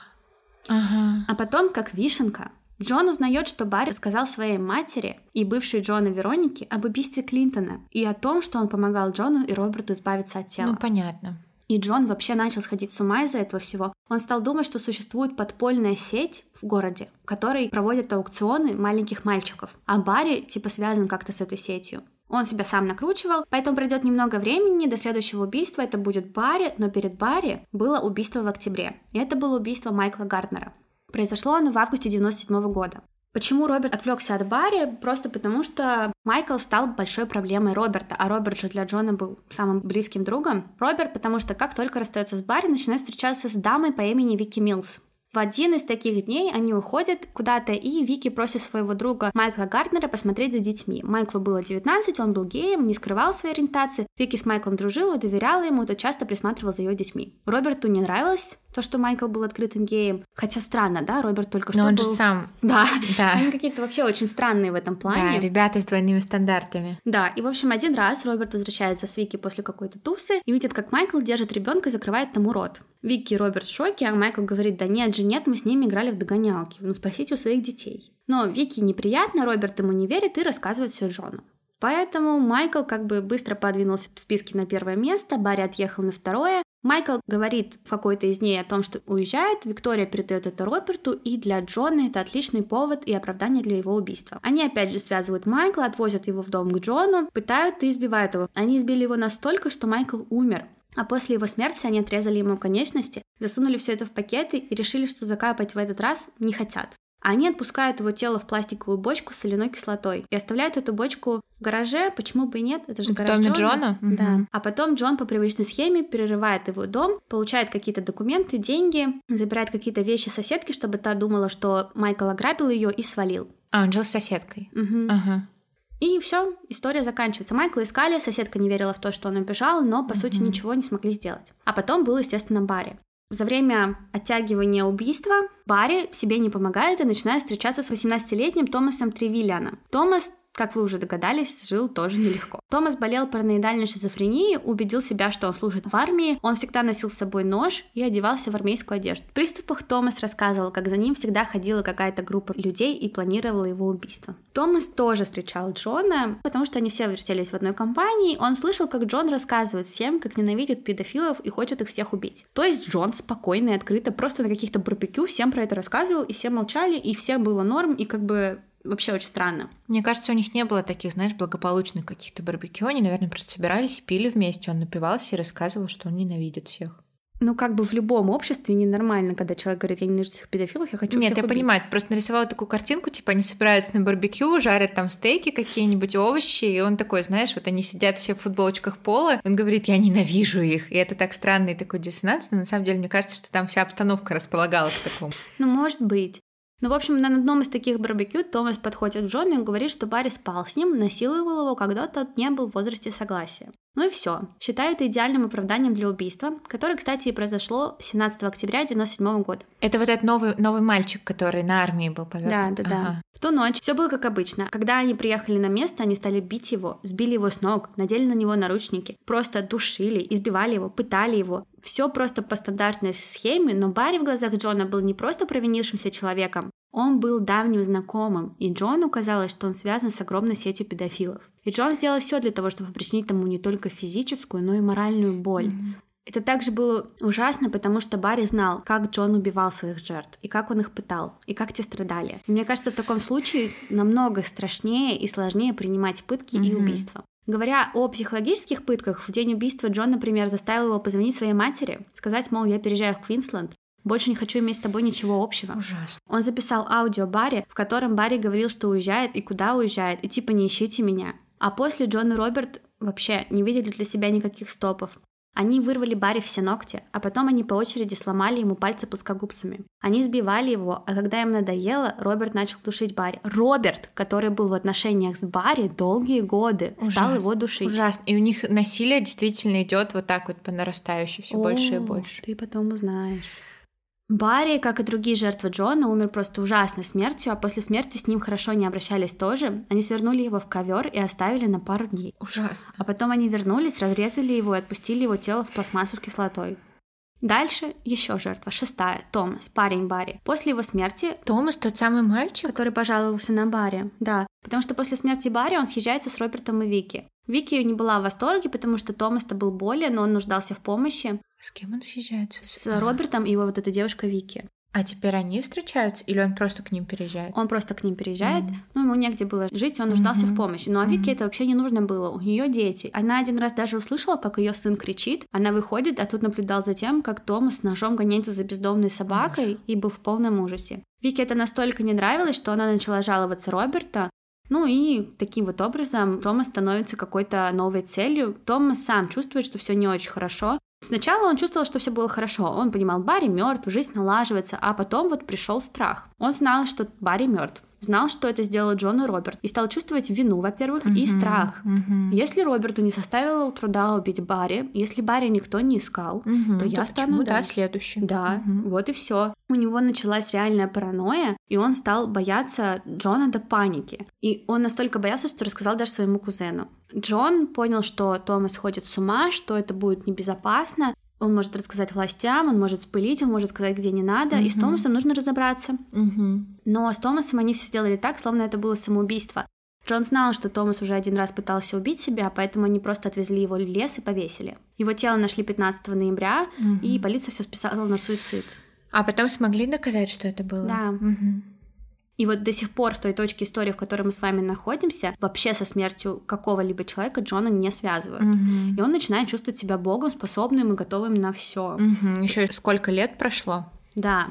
Uh-huh. А потом, как вишенка, Джон узнает, что Барри сказал своей матери и бывшей Джона Веронике об убийстве Клинтона и о том, что он помогал Джону и Роберту избавиться от тела. Ну, понятно. И Джон вообще начал сходить с ума из-за этого всего. Он стал думать, что существует подпольная сеть в городе, в которой проводят аукционы маленьких мальчиков, а Барри типа связан как-то с этой сетью. Он себя сам накручивал, поэтому пройдет немного времени до следующего убийства, это будет Барри, но перед Барри было убийство в октябре, и это было убийство Майкла Гарднера. Произошло оно в августе девяносто седьмого года. Почему Роберт отвлекся от Барри? Просто потому, что Майкл стал большой проблемой Роберта, а Роберт же для Джона был самым близким другом. Роберт, потому что как только расстается с Барри, начинает встречаться с дамой по имени Вики Милс. В один из таких дней они уходят куда-то, и Вики просит своего друга Майкла Гарднера посмотреть за детьми. Майклу было девятнадцать, он был геем, не скрывал своей ориентации. Вики с Майклом дружила, доверяла ему, то часто присматривал за ее детьми. Роберту не нравилось то, что Майкл был открытым геем. Хотя странно, да, Роберт только что Но он был... же сам. Да, да. Они какие-то вообще очень странные в этом плане. Да, ребята с двойными стандартами. Да, и в общем один раз Роберт возвращается с Вики после какой-то тусы и видит, как Майкл держит ребенка и закрывает тому рот. Вики и Роберт в шоке, а Майкл говорит: да нет же, нет, мы с ними играли в догонялки, ну спросите у своих детей. Но Вики неприятно, Роберт ему не верит и рассказывает все Джону. Поэтому Майкл как бы быстро подвинулся в списке на первое место, Барри отъехал на второе. Майкл говорит в какой-то из дней о том, что уезжает, Виктория передает это Роберту, и для Джона это отличный повод и оправдание для его убийства. Они опять же связывают Майкла, отвозят его в дом к Джону, пытают и избивают его. Они избили его настолько, что Майкл умер. А после его смерти они отрезали ему конечности, засунули все это в пакеты и решили, что закапать в этот раз не хотят. Они отпускают его тело в пластиковую бочку с соляной кислотой и оставляют эту бочку в гараже, почему бы и нет, это же в гараж доме Джона. Джона? Да. Угу. А потом Джон по привычной схеме перерывает его дом, получает какие-то документы, деньги, забирает какие-то вещи соседки, чтобы та думала, что Майкл ограбил ее и свалил. А, он жил с соседкой? Угу. Ага. И все, история заканчивается. Майкла искали, соседка не верила в то, что он убежал, но, по mm-hmm. сути, ничего не смогли сделать. А потом был, естественно, Барри. За время оттягивания убийства Барри себе не помогает и начинает встречаться с восемнадцатилетним Томасом Тревиллианом. Томас, как вы уже догадались, жил тоже нелегко. Томас болел параноидальной шизофренией, убедил себя, что он служит в армии, он всегда носил с собой нож и одевался в армейскую одежду. В приступах Томас рассказывал, как за ним всегда ходила какая-то группа людей и планировала его убийство. Томас тоже встречал Джона, потому что они все вертелись в одной компании. Он слышал, как Джон рассказывает всем, как ненавидит педофилов и хочет их всех убить. То есть Джон спокойно и открыто просто на каких-то барбекю всем про это рассказывал, и все молчали, и всем было норм, и как бы... Вообще очень странно. Мне кажется, у них не было таких, знаешь, благополучных каких-то барбекю. Они, наверное, просто собирались, пили вместе. Он напивался и рассказывал, что он ненавидит всех. Ну, как бы в любом обществе ненормально, когда человек говорит: я ненавижу всех педофилов, я хочу Нет, всех я убить. понимаю, ты просто нарисовала такую картинку, типа они собираются на барбекю, жарят там стейки какие-нибудь, овощи, и он такой, знаешь, вот они сидят все в футболочках пола, он говорит: я ненавижу их, и это так странный такой диссонанс, но на самом деле мне кажется, что там вся обстановка располагала к такому. Ну, может быть. Ну, в общем, на одном из таких барбекю Томас подходит к Джону и говорит, что Барри спал с ним, насиловал его, когда тот не был в возрасте согласия. Ну и все. Считаю это идеальным оправданием для убийства, которое, кстати, и произошло семнадцатого октября девяносто седьмого года. Это вот этот новый, новый мальчик, который на армии был повернут. Да, да, ага. да. В ту ночь все было как обычно. Когда они приехали на место, они стали бить его, сбили его с ног, надели на него наручники, просто душили, избивали его, пытали его. Все просто по стандартной схеме, но Барри в глазах Джона был не просто провинившимся человеком, он был давним знакомым, и Джону казалось, что он связан с огромной сетью педофилов. И Джон сделал все для того, чтобы причинить ему не только физическую, но и моральную боль. Mm-hmm. Это также было ужасно, потому что Барри знал, как Джон убивал своих жертв, и как он их пытал, и как те страдали. И мне кажется, в таком случае намного страшнее и сложнее принимать пытки mm-hmm. и убийства. Говоря о психологических пытках, в день убийства Джон, например, заставил его позвонить своей матери, сказать, мол, я переезжаю в Квинсленд, больше не хочу иметь с тобой ничего общего. Ужасно. Он записал аудио Барри, в котором Барри говорил, что уезжает и куда уезжает, и типа не ищите меня. А после Джон и Роберт вообще не видели для себя никаких стопов. Они вырвали Барри все ногти, а потом они по очереди сломали ему пальцы плоскогубцами. Они избивали его, а когда им надоело, Роберт начал душить Барри. Роберт, который был в отношениях с Барри долгие годы, Ужас, стал его душить. Ужасно. И у них насилие действительно идет вот так вот по нарастающей, все больше и больше. Ты потом узнаешь. Барри, как и другие жертвы Джона, умер просто ужасной смертью, а после смерти с ним хорошо не обращались тоже. Они свернули его в ковер и оставили на пару дней. Ужасно. А потом они вернулись, разрезали его и отпустили его тело в пластмассу с кислотой. Дальше еще жертва, шестая, Томас, парень Барри. После его смерти... Томас тот самый мальчик? Который пожаловался на Барри, да. Потому что после смерти Барри он съезжается с Робертом и Вики. Вики не была в восторге, потому что Томас-то был болен, но он нуждался в помощи. С кем он съезжается? С Робертом и его вот эта девушка Вики. А теперь они встречаются, или он просто к ним переезжает? Он просто к ним переезжает, Mm. ну, ему негде было жить, он нуждался Mm-hmm. в помощи. Ну, а Вике Mm-hmm. это вообще не нужно было, у нее дети. Она один раз даже услышала, как ее сын кричит, она выходит, а тут наблюдал за тем, как Томас с ножом гоняется за бездомной собакой mm. и был в полном ужасе. Вике это настолько не нравилось, что она начала жаловаться Роберта. Ну и таким вот образом Томас становится какой-то новой целью. Томас сам чувствует, что все не очень хорошо. Сначала он чувствовал, что все было хорошо. Он понимал, Барри мертв, жизнь налаживается, а потом вот пришел страх. Он знал, что Барри мертв. Знал, что это сделал Джон и Роберт, и стал чувствовать вину, во-первых, mm-hmm. и страх. Mm-hmm. Если Роберту не составило труда убить Барри, если Барри никто не искал, mm-hmm. то я то стану... Да, следующий. Да, mm-hmm. вот и все. У него началась реальная паранойя, и он стал бояться Джона до паники. И он настолько боялся, что рассказал даже своему кузену. Джон понял, что Томас сходит с ума, что это будет небезопасно. Он может рассказать властям, он может спылить, он может сказать, где не надо, mm-hmm. и с Томасом нужно разобраться. Mm-hmm. Но с Томасом они все сделали так, словно это было самоубийство. Джон знал, что Томас уже один раз пытался убить себя, поэтому они просто отвезли его в лес и повесили. Его тело нашли пятнадцатого ноября, mm-hmm. и полиция все списала на суицид. А потом смогли доказать, что это было? Да. Mm-hmm. И вот до сих пор в той точке истории, в которой мы с вами находимся, вообще со смертью какого-либо человека Джона не связывают. Mm-hmm. И он начинает чувствовать себя богом, способным и готовым на все. Mm-hmm. Еще сколько лет прошло? Да.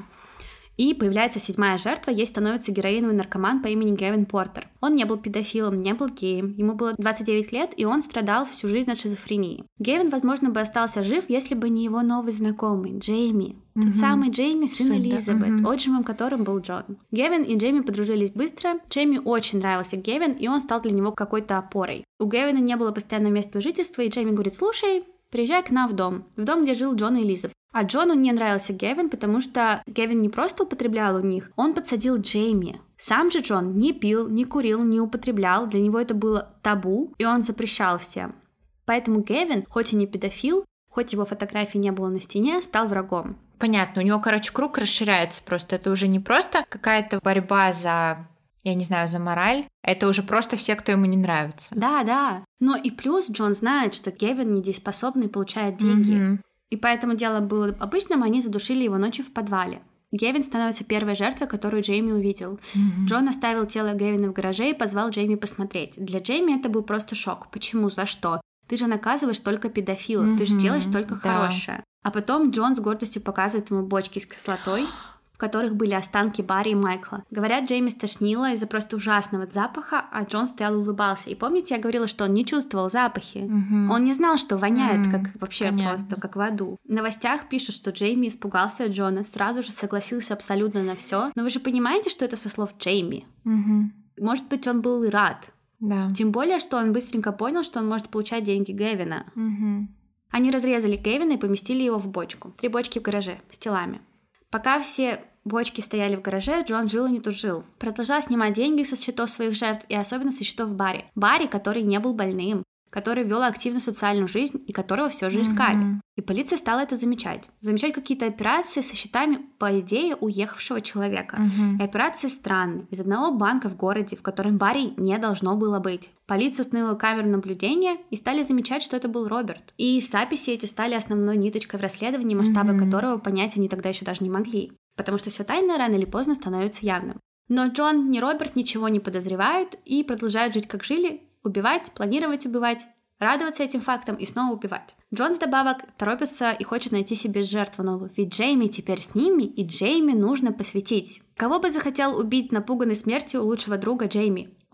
И появляется седьмая жертва, ей становится героиновый наркоман по имени Гевин Портер. Он не был педофилом, не был геем, ему было двадцать девять лет, и он страдал всю жизнь от шизофрении. Гевин, возможно, бы остался жив, если бы не его новый знакомый, Джейми. Mm-hmm. Тот самый Джейми, сын, сын Элизабет, mm-hmm. отчимом которым был Джон. Гевин и Джейми подружились быстро, Джейми очень нравился Гевин, и он стал для него какой-то опорой. У Гевина не было постоянного места жительства, и Джейми говорит, слушай, приезжай к нам в дом, в дом, где жил Джон и Элизабет. А Джону не нравился Гевин, потому что Гевин не просто употреблял у них, он подсадил Джейми. Сам же Джон не пил, не курил, не употреблял, для него это было табу, и он запрещал всем. Поэтому Гевин, хоть и не педофил, хоть его фотографии не было на стене, стал врагом. Понятно, у него, короче, круг расширяется просто. Это уже не просто какая-то борьба за, я не знаю, за мораль, это уже просто все, кто ему не нравится. Да, да. Но и плюс Джон знает, что Гевин недееспособный, получает деньги. Mm-hmm. И поэтому дело было обычным, они задушили его ночью в подвале. Гевин становится первой жертвой, которую Джейми увидел. Mm-hmm. Джон оставил тело Гевина в гараже и позвал Джейми посмотреть. Для Джейми это был просто шок. Почему? За что? Ты же наказываешь только педофилов, mm-hmm. ты же делаешь только да. хорошее. А потом Джон с гордостью показывает ему бочки с кислотой, в которых были останки Барри и Майкла. Говорят, Джейми стошнило из-за просто ужасного запаха, а Джон стоял и улыбался. И помните, я говорила, что он не чувствовал запахи? Mm-hmm. Он не знал, что воняет, mm-hmm. как вообще Понятно. Просто, как в аду. В новостях пишут, что Джейми испугался от Джона, сразу же согласился абсолютно на все. Но вы же понимаете, что это со слов Джейми? Mm-hmm. Может быть, он был и рад. Да. Тем более, что он быстренько понял, что он может получать деньги Гевина. Mm-hmm. Они разрезали Гевина и поместили его в бочку. Три бочки в гараже с телами. Пока все бочки стояли в гараже, Джон жил и не тужил. Продолжал снимать деньги со счетов своих жертв и особенно со счетов Барри. Барри, который не был больным, который вел активную социальную жизнь и которого все же искали. Mm-hmm. И полиция стала это замечать. Замечать какие-то операции со счетами, по идее, уехавшего человека. Mm-hmm. И операции странные. Из одного банка в городе, в котором Барри не должно было быть. Полиция установила камеру наблюдения и стали замечать, что это был Роберт. И записи эти стали основной ниточкой в расследовании, масштабы mm-hmm. которого понять они тогда еще даже не могли. Потому что все тайное рано или поздно становится явным. Но Джон ни Роберт ничего не подозревают и продолжают жить как жили, убивать, планировать убивать, радоваться этим фактам и снова убивать. Джон вдобавок торопится и хочет найти себе жертву новую, ведь Джейми теперь с ними, и Джейми нужно посвятить. Кого бы захотел убить напуганный смертью лучшего друга Джейми?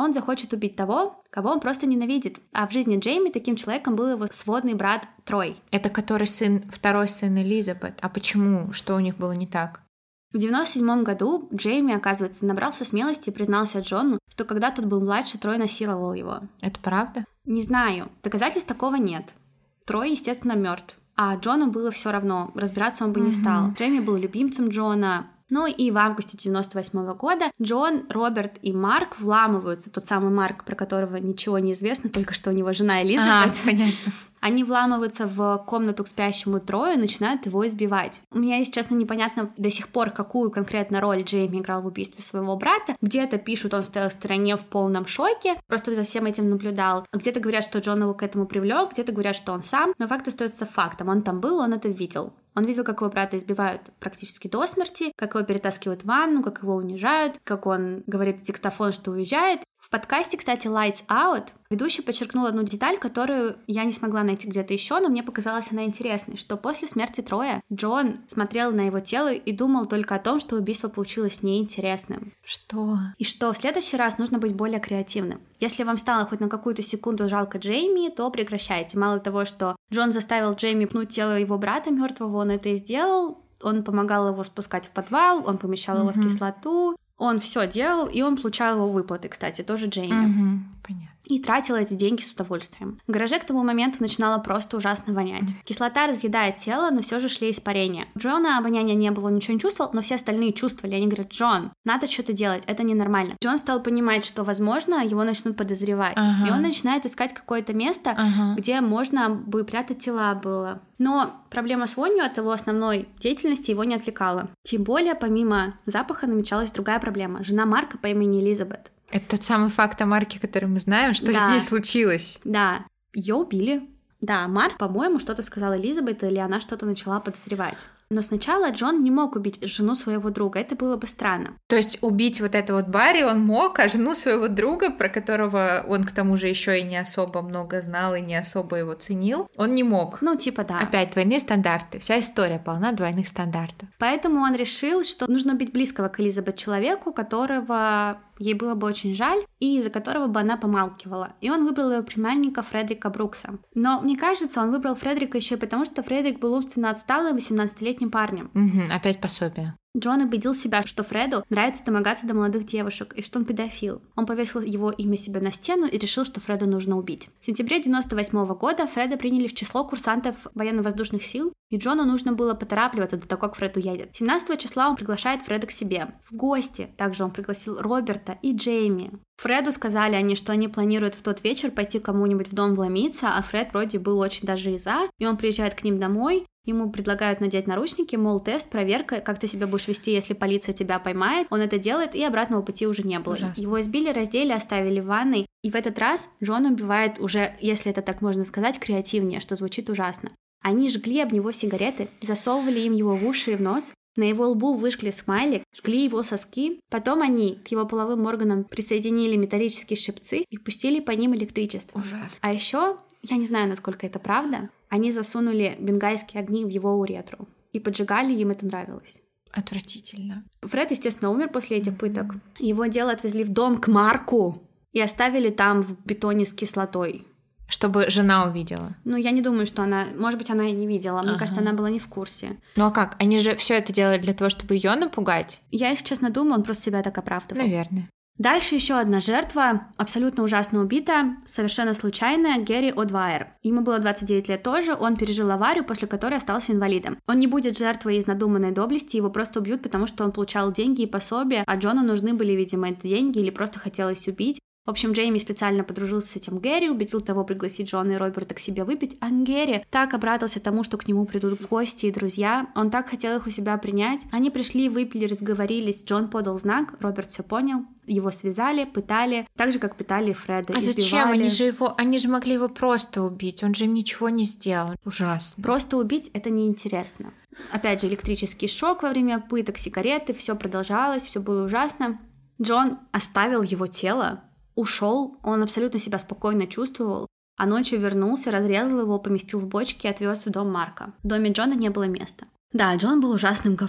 он захочет убить того, кого он просто ненавидит. А в жизни Джейми таким человеком был его сводный брат Трой. Это который сын, второй сын Элизабет. А почему? Что у них было не так? В девяносто седьмом году Джейми, оказывается, набрался смелости и признался Джону, что когда тот был младше, Трой насиловал его. Это правда? Не знаю. Доказательств такого нет. Трой, естественно, мертв. А Джону было все равно. Разбираться он бы не Мгм. стал. Джейми был любимцем Джона. Ну и в августе девяносто восьмого года Джон, Роберт и Марк вламываются. Тот самый Марк, про которого ничего не известно, только что у него жена Элизабет. Ага, понятно. Они вламываются в комнату к спящему Трою и начинают его избивать. У меня, если честно, непонятно до сих пор, какую конкретно роль Джейми играл в убийстве своего брата. Где-то пишут, он стоял в стороне в полном шоке, просто за всем этим наблюдал. Где-то говорят, что Джон его к этому привлек, где-то говорят, что он сам. Но факт остается фактом. Он там был, он это видел. Он видел, как его брата избивают практически до смерти, как его перетаскивают в ванну, как его унижают, как он говорит в диктофон, что уезжает. В подкасте, кстати, Lights Out ведущий подчеркнул одну деталь, которую я не смогла найти где-то еще, но мне показалась она интересной, что после смерти Троя Джон смотрел на его тело и думал только о том, что убийство получилось неинтересным. Что? И что в следующий раз нужно быть более креативным. Если вам стало хоть на какую-то секунду жалко Джейми, то прекращайте. Мало того, что Джон заставил Джейми пнуть тело его брата мертвого, он это и сделал. Он помогал его спускать в подвал, он помещал его Мгм. в кислоту. Он все делал, и он получал его выплаты, кстати, тоже Джейми. Мгм, понятно. И тратил эти деньги с удовольствием. В гараже к тому моменту начинало просто ужасно вонять. Кислота разъедает тело, но все же шли испарения. У Джона обоняния не было, он ничего не чувствовал, но все остальные чувствовали. Они говорят: Джон, надо что-то делать, это ненормально. Джон стал понимать, что, возможно, его начнут подозревать. Ага. И он начинает искать какое-то место, Ага. где можно бы прятать тела было. Но проблема с вонью от его основной деятельности его не отвлекала. Тем более, помимо запаха, намечалась другая проблема. Жена Марка по имени Элизабет. Это тот самый факт о Марке, который мы знаем. Что Да. здесь случилось? Да, ее убили. Да, Марк, по-моему, что-то сказал Элизабет, или она что-то начала подозревать. Но сначала Джон не мог убить жену своего друга, это было бы странно. То есть убить вот это вот Барри он мог, а жену своего друга, про которого он к тому же еще и не особо много знал и не особо его ценил, он не мог. Ну, типа да. Опять двойные стандарты. Вся история полна двойных стандартов. Поэтому он решил, что нужно убить близкого к Элизабет человеку, которого ей было бы очень жаль, и из-за которого бы она помалкивала. И он выбрал ее племянника Фредерика Брукса. Но мне кажется, он выбрал Фредерика еще и потому, что Фредерик был умственно отсталым восемнадцатилетним парнем. Мгм, опять пособие. Джон убедил себя, что Фреду нравится домогаться до молодых девушек, и что он педофил. Он повесил его имя себе на стену и решил, что Фреда нужно убить. В сентябре девяносто восьмого года Фреда приняли в число курсантов военно-воздушных сил, и Джону нужно было поторапливаться до того, как Фред уедет. семнадцатого числа он приглашает Фреда к себе в гости. Также он пригласил Роберта и Джейми. Фреду сказали они, что они планируют в тот вечер пойти к кому-нибудь в дом вломиться, а Фред вроде был очень даже и за, и он приезжает к ним домой. Ему предлагают надеть наручники, мол, тест, проверка, как ты себя будешь вести, если полиция тебя поймает. Он это делает, и обратного пути уже не было. Ужасно. Его избили, раздели, оставили в ванной. И в этот раз Джон убивает уже, если это так можно сказать, креативнее, что звучит ужасно. Они жгли об него сигареты, засовывали им его в уши и в нос, на его лбу выжгли смайлик, жгли его соски. Потом они к его половым органам присоединили металлические щипцы и пустили по ним электричество. Ужасно. А еще, я не знаю, насколько это правда, они засунули бенгальские огни в его уретру и поджигали, им это нравилось. Отвратительно. Фред, естественно, умер после этих пыток. Его дело отвезли в дом к Марку и оставили там в бетоне с кислотой. Чтобы жена увидела. Ну, я не думаю, что она... Может быть, она и не видела. Мне Ага. кажется, она была не в курсе. Ну а как? Они же все это делали для того, чтобы ее напугать? Я, если честно, думаю, он просто себя так оправдывал. Наверное. Дальше еще одна жертва, абсолютно ужасно убита, совершенно случайная, Гэри О'Двайер. Ему было двадцать девять лет тоже, он пережил аварию, после которой остался инвалидом. Он не будет жертвой из надуманной доблести, его просто убьют, потому что он получал деньги и пособия, а Джону нужны были, видимо, эти деньги или просто хотелось убить. В общем, Джейми специально подружился с этим Гэри, убедил того пригласить Джона и Роберта к себе выпить, а Гэри так обрадовался тому, что к нему придут в гости и друзья. Он так хотел их у себя принять. Они пришли, выпили, разговорились, Джон подал знак, Роберт все понял, его связали, пытали, так же, как пытали Фреда, А избивали. зачем? Они же его, они же могли его просто убить, он же им ничего не сделал. Ужасно. Просто убить — это неинтересно. Опять же, электрический шок во время пыток, сигареты, все продолжалось, все было ужасно. Джон оставил его тело, ушел, он абсолютно себя спокойно чувствовал, а ночью вернулся, разрезал его, поместил в бочки и отвез в дом Марка. В доме Джона не было места. Да, Джон был ужасным говном.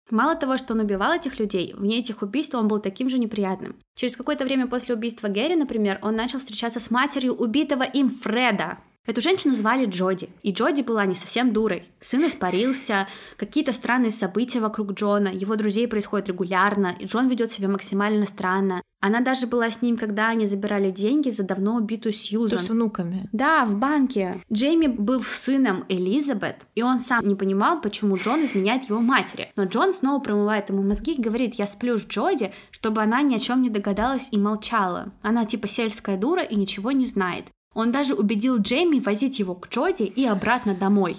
Мало того, что он убивал этих людей, вне этих убийств он был таким же неприятным. Через какое-то время после убийства Гэри, например, он начал встречаться с матерью убитого им Фреда. Эту женщину звали Джоди, и Джоди была не совсем дурой. Сын испарился, какие-то странные события вокруг Джона, его друзей происходят регулярно, и Джон ведет себя максимально странно. Она даже была с ним, когда они забирали деньги за давно убитую Сьюзан. То с внуками. Да, в банке. Джейми был сыном Элизабет, и он сам не понимал, почему Джон изменяет его матери. Но Джон снова промывает ему мозги и говорит: я сплю с Джоди, чтобы она ни о чем не догадалась и молчала. Она типа сельская дура и ничего не знает. Он даже убедил Джейми возить его к Джоди и обратно домой.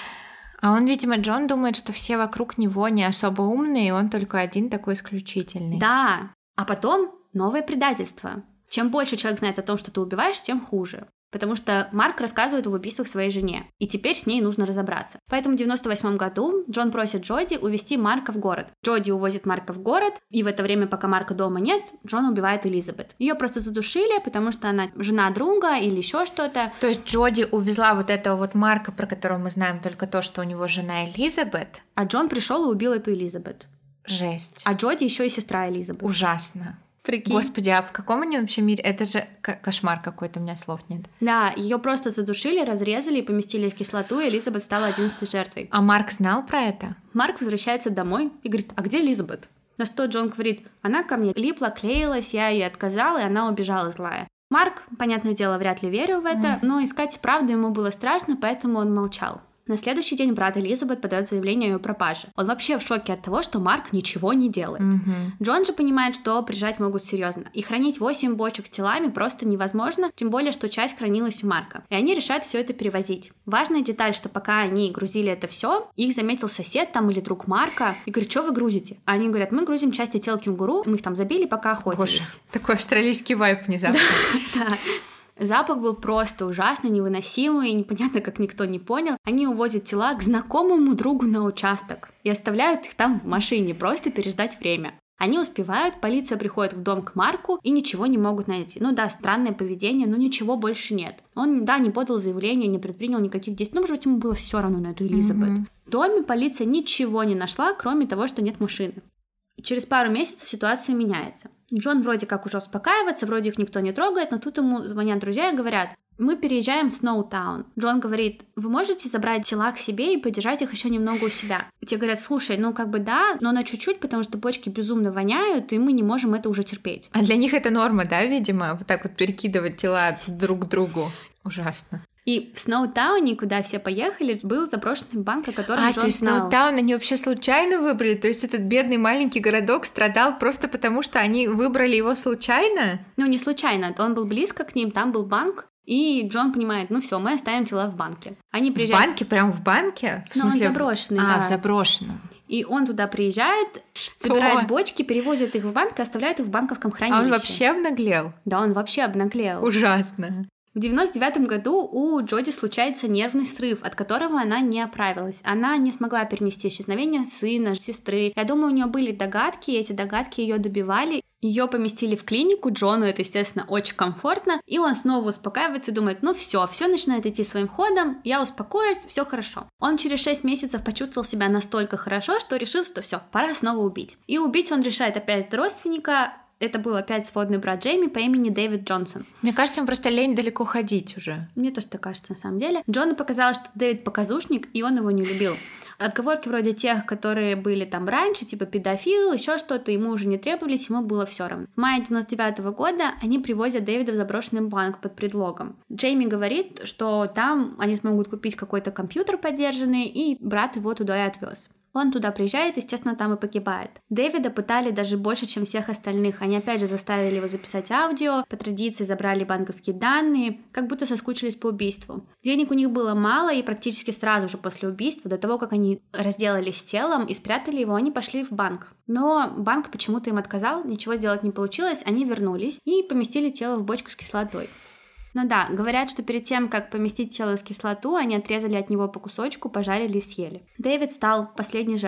А он, видимо, Джон думает, что все вокруг него не особо умные, и он только один такой исключительный. Да, а потом новое предательство. Чем больше человек знает о том, что ты убиваешь, тем хуже. Потому что Марк рассказывает об убийствах своей жене, и теперь с ней нужно разобраться. Поэтому в девяносто восьмом году Джон просит Джоди увезти Марка в город. Джоди увозит Марка в город, и в это время, пока Марка дома нет, Джон убивает Элизабет. Ее просто задушили, потому что она жена друга или еще что-то. То есть Джоди увезла вот этого вот Марка, про которого мы знаем только то, что у него жена Элизабет. А Джон пришел и убил эту Элизабет. Жесть. А Джоди еще и сестра Элизабет. Ужасно. Прикинь. Господи, а в каком они вообще мире? Это же кошмар какой-то, у меня слов нет. Да, ее просто задушили, разрезали и поместили в кислоту, и Элизабет стала одиннадцатой жертвой. А Марк знал про это? Марк возвращается домой и говорит: а где Элизабет? На что Джон говорит: она ко мне липла, клеилась, я ей отказала, и она убежала злая. Марк, понятное дело, вряд ли верил в это, mm. но искать правду ему было страшно, поэтому он молчал. На следующий день брат Элизабет подает заявление о ее пропаже. Он вообще в шоке от того, что Марк ничего не делает. Mm-hmm. Джон же понимает, что прижать могут серьезно. И хранить восемь бочек с телами просто невозможно, тем более, что часть хранилась у Марка. И они решают все это перевозить. Важная деталь, что пока они грузили это все, их заметил сосед там или друг Марка и говорит: что вы грузите? А они говорят: мы грузим части тел кенгуру, мы их там забили, пока охотились. Боже, такой австралийский вайб внезапно. Да. Запах был просто ужасный, невыносимый, непонятно, как никто не понял. Они увозят тела к знакомому другу на участок и оставляют их там в машине, просто переждать время. Они успевают, полиция приходит в дом к Марку и ничего не могут найти. Ну да, странное поведение, но ничего больше нет. Он, да, не подал заявление, не предпринял никаких действий. Ну, может быть, ему было все равно на эту Элизабет. Mm-hmm. В доме полиция ничего не нашла, кроме того, что нет машины. Через пару месяцев ситуация меняется. Джон вроде как уже успокаивается, вроде их никто не трогает, но тут ему звонят друзья и говорят: мы переезжаем в Сноутаун. Джон говорит: вы можете забрать тела к себе и подержать их еще немного у себя? Те говорят: слушай, ну как бы да, но на чуть-чуть, потому что бочки безумно воняют, и мы не можем это уже терпеть. А для них это норма, да, видимо? Вот так вот перекидывать тела друг к другу. Ужасно. И в Сноутауне, куда все поехали, был заброшенный банк, о котором а, Джон то есть знал. Сноутаун они вообще случайно выбрали? То есть этот бедный маленький городок страдал просто потому, что они выбрали его случайно? Ну, не случайно. Он был близко к ним, там был банк, и Джон понимает: ну все, мы оставим тела в банке. Они приезжают... В банке? Прям в банке? В ну, смысле... он заброшенный, А, да. в заброшенном. И он туда приезжает, что? Собирает бочки, перевозит их в банк и оставляет их в банковском хранилище. А он вообще обнаглел? Да, он вообще обнаглел. Ужасно. В девяносто девятом году у Джоди случается нервный срыв, от которого она не оправилась. Она не смогла перенести исчезновение сына, сестры. Я думаю, у нее были догадки, и эти догадки ее добивали. Ее поместили в клинику, Джону это, естественно, очень комфортно, и он снова успокаивается и думает: ну все, все начинает идти своим ходом, я успокоюсь, все хорошо. Он через шесть месяцев почувствовал себя настолько хорошо, что решил, что все, пора снова убить. И убить он решает опять родственника. Это был опять сводный брат Джейми по имени Дэвид Джонсон. Мне кажется, им просто лень далеко ходить уже. Мне тоже так кажется, на самом деле. Джону показалось, что Дэвид показушник, и он его не любил. Отговорки вроде тех, которые были там раньше, типа педофил, еще что-то, ему уже не требовались, ему было все равно. В мае девяносто девятого года они привозят Дэвида в заброшенный банк под предлогом. Джейми говорит, что там они смогут купить какой-то компьютер подержанный, и брат его туда и отвез. Он туда приезжает, естественно, там и погибает. Дэвида пытали даже больше, чем всех остальных. Они опять же заставили его записать аудио, по традиции забрали банковские данные, как будто соскучились по убийству. Денег у них было мало, и практически сразу же после убийства, до того, как они разделались с телом и спрятали его, они пошли в банк. Но банк почему-то им отказал, ничего сделать не получилось, они вернулись и поместили тело в бочку с кислотой. Ну да, говорят, что перед тем, как поместить тело в кислоту, они отрезали от него по кусочку, пожарили и съели. Дэвид стал последней жертвой.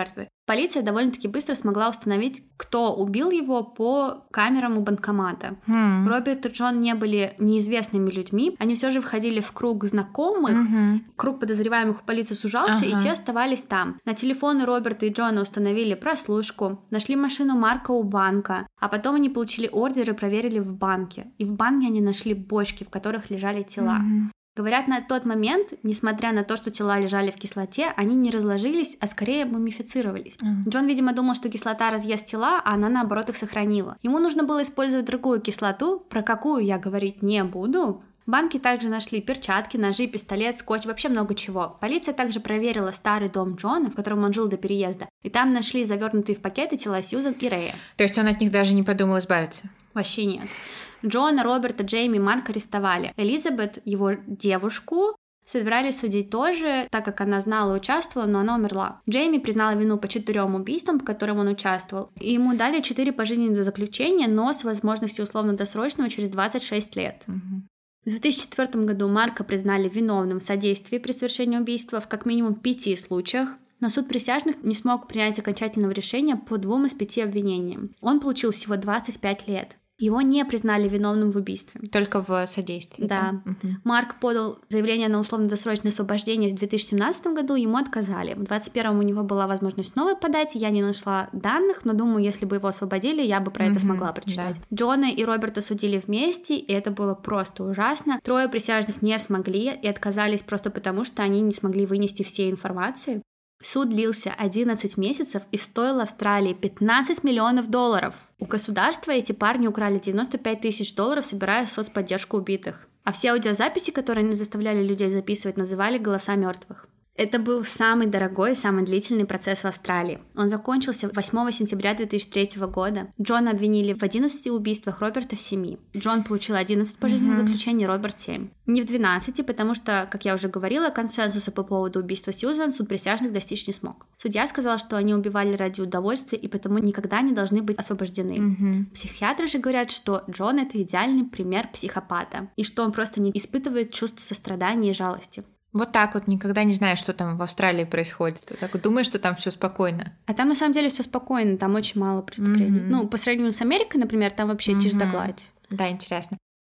Полиция довольно-таки быстро смогла установить, кто убил его по камерам у банкомата. Mm. Роберт и Джон не были неизвестными людьми, они все же входили в круг знакомых, Mm-hmm. круг подозреваемых у полиции сужался, Uh-huh. и те оставались там. На телефоны Роберта и Джона установили прослушку, нашли машину Марка у банка, а потом они получили ордер и проверили в банке. И в банке они нашли бочки, в которых лежали тела. Mm-hmm. Говорят, на тот момент, несмотря на то, что тела лежали в кислоте, они не разложились, а скорее мумифицировались. Mm. Джон, видимо, думал, что кислота разъест тела, а она, наоборот, их сохранила. Ему нужно было использовать другую кислоту, про какую я говорить не буду. В банке также нашли перчатки, ножи, пистолет, скотч, вообще много чего. Полиция также проверила старый дом Джона, в котором он жил до переезда, и там нашли завернутые в пакеты тела Сьюзан и Рэя. То есть он от них даже не подумал избавиться? Вообще нет. Джона, Роберта, Джейми и Марка арестовали. Элизабет, его девушку, собирались судить тоже, так как она знала и участвовала, но она умерла. Джейми признала вину по четырем убийствам, в которых он участвовал. И ему дали четыре пожизненных заключения, но с возможностью условно-досрочного через двадцать шесть лет. Угу. В две тысячи четвёртом году Марка признали виновным в содействии при совершении убийства в как минимум пяти случаях, но суд присяжных не смог принять окончательного решения по двум из пяти обвинениям. Он получил всего двадцать пять лет. Его не признали виновным в убийстве. Только в содействии. Да. да? Угу. Марк подал заявление на условно-досрочное освобождение в две тысячи семнадцатом году, ему отказали. В двадцать первом у него была возможность снова подать, я не нашла данных, но думаю, если бы его освободили, я бы про угу. это смогла прочитать. Да. Джона и Роберта судили вместе, и это было просто ужасно. Трое присяжных не смогли и отказались просто потому, что они не смогли вынести всей информации. Суд длился одиннадцать месяцев и стоил Австралии пятнадцать миллионов долларов. У государства эти парни украли девяносто пять тысяч долларов, собирая соцподдержку убитых. А все аудиозаписи, которые они заставляли людей записывать, называли «голоса мертвых». Это был самый дорогой и самый длительный процесс в Австралии. Он закончился восьмого сентября две тысячи третьего года. Джона обвинили в одиннадцати убийствах, Роберта в семи. Джон получил одиннадцать пожизненных mm-hmm. заключений, Роберт семь. Не в двенадцати, потому что, как я уже говорила, консенсуса по поводу убийства Сьюзан суд присяжных достичь не смог. Судья сказал, что они убивали ради удовольствия и потому никогда не должны быть освобождены. Mm-hmm. Психиатры же говорят, что Джон — это идеальный пример психопата, и что он просто не испытывает чувств сострадания и жалости. Вот так вот, никогда не знаешь, что там в Австралии происходит. Ты так вот думаешь, что там все спокойно. А там на самом деле все спокойно, там очень мало преступлений. Mm-hmm. Ну, по сравнению с Америкой, например, там вообще mm-hmm. тишь да гладь. Да, интересно.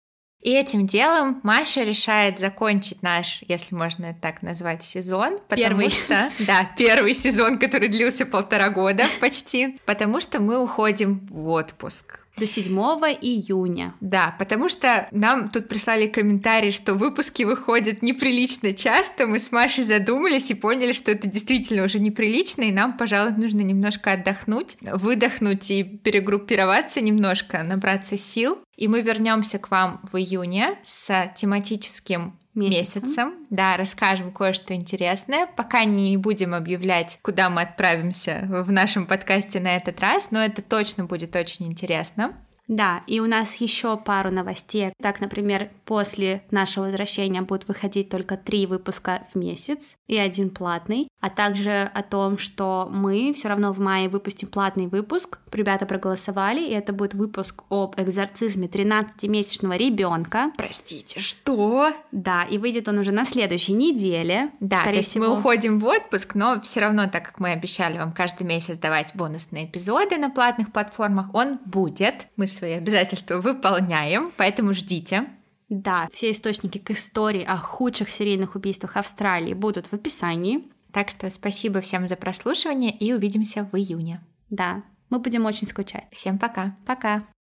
И этим делом Маша решает закончить наш, если можно это так назвать, сезон. Потому первый. что, да, первый сезон, который длился полтора года почти. Потому что мы уходим в отпуск. До седьмого июня. Да, потому что нам тут прислали комментарий, что выпуски выходят неприлично часто. Мы с Машей задумались и поняли, что это действительно уже неприлично, и нам, пожалуй, нужно немножко отдохнуть, выдохнуть и перегруппироваться немножко, набраться сил. И мы вернемся к вам в июне с тематическим Месяцем. месяцем. Да, расскажем кое-что интересное. Пока не будем объявлять, куда мы отправимся в нашем подкасте на этот раз, но это точно будет очень интересно. Да, и у нас еще пару новостей. Так, например, после нашего возвращения будут выходить только три выпуска в месяц и один платный, а также о том, что мы все равно в мае выпустим платный выпуск. Ребята проголосовали, и это будет выпуск об экзорцизме тринадцатимесячного ребенка. Простите, что? Да, и выйдет он уже на следующей неделе. Да, то есть всего. Мы уходим в отпуск, но все равно, так как мы обещали вам каждый месяц давать бонусные эпизоды на платных платформах, он будет. Мы свои обязательства выполняем, поэтому ждите. Да, все источники к истории о худших серийных убийствах Австралии будут в описании. Так что спасибо всем за прослушивание и увидимся в июне. Да, мы будем очень скучать. Всем пока. Пока.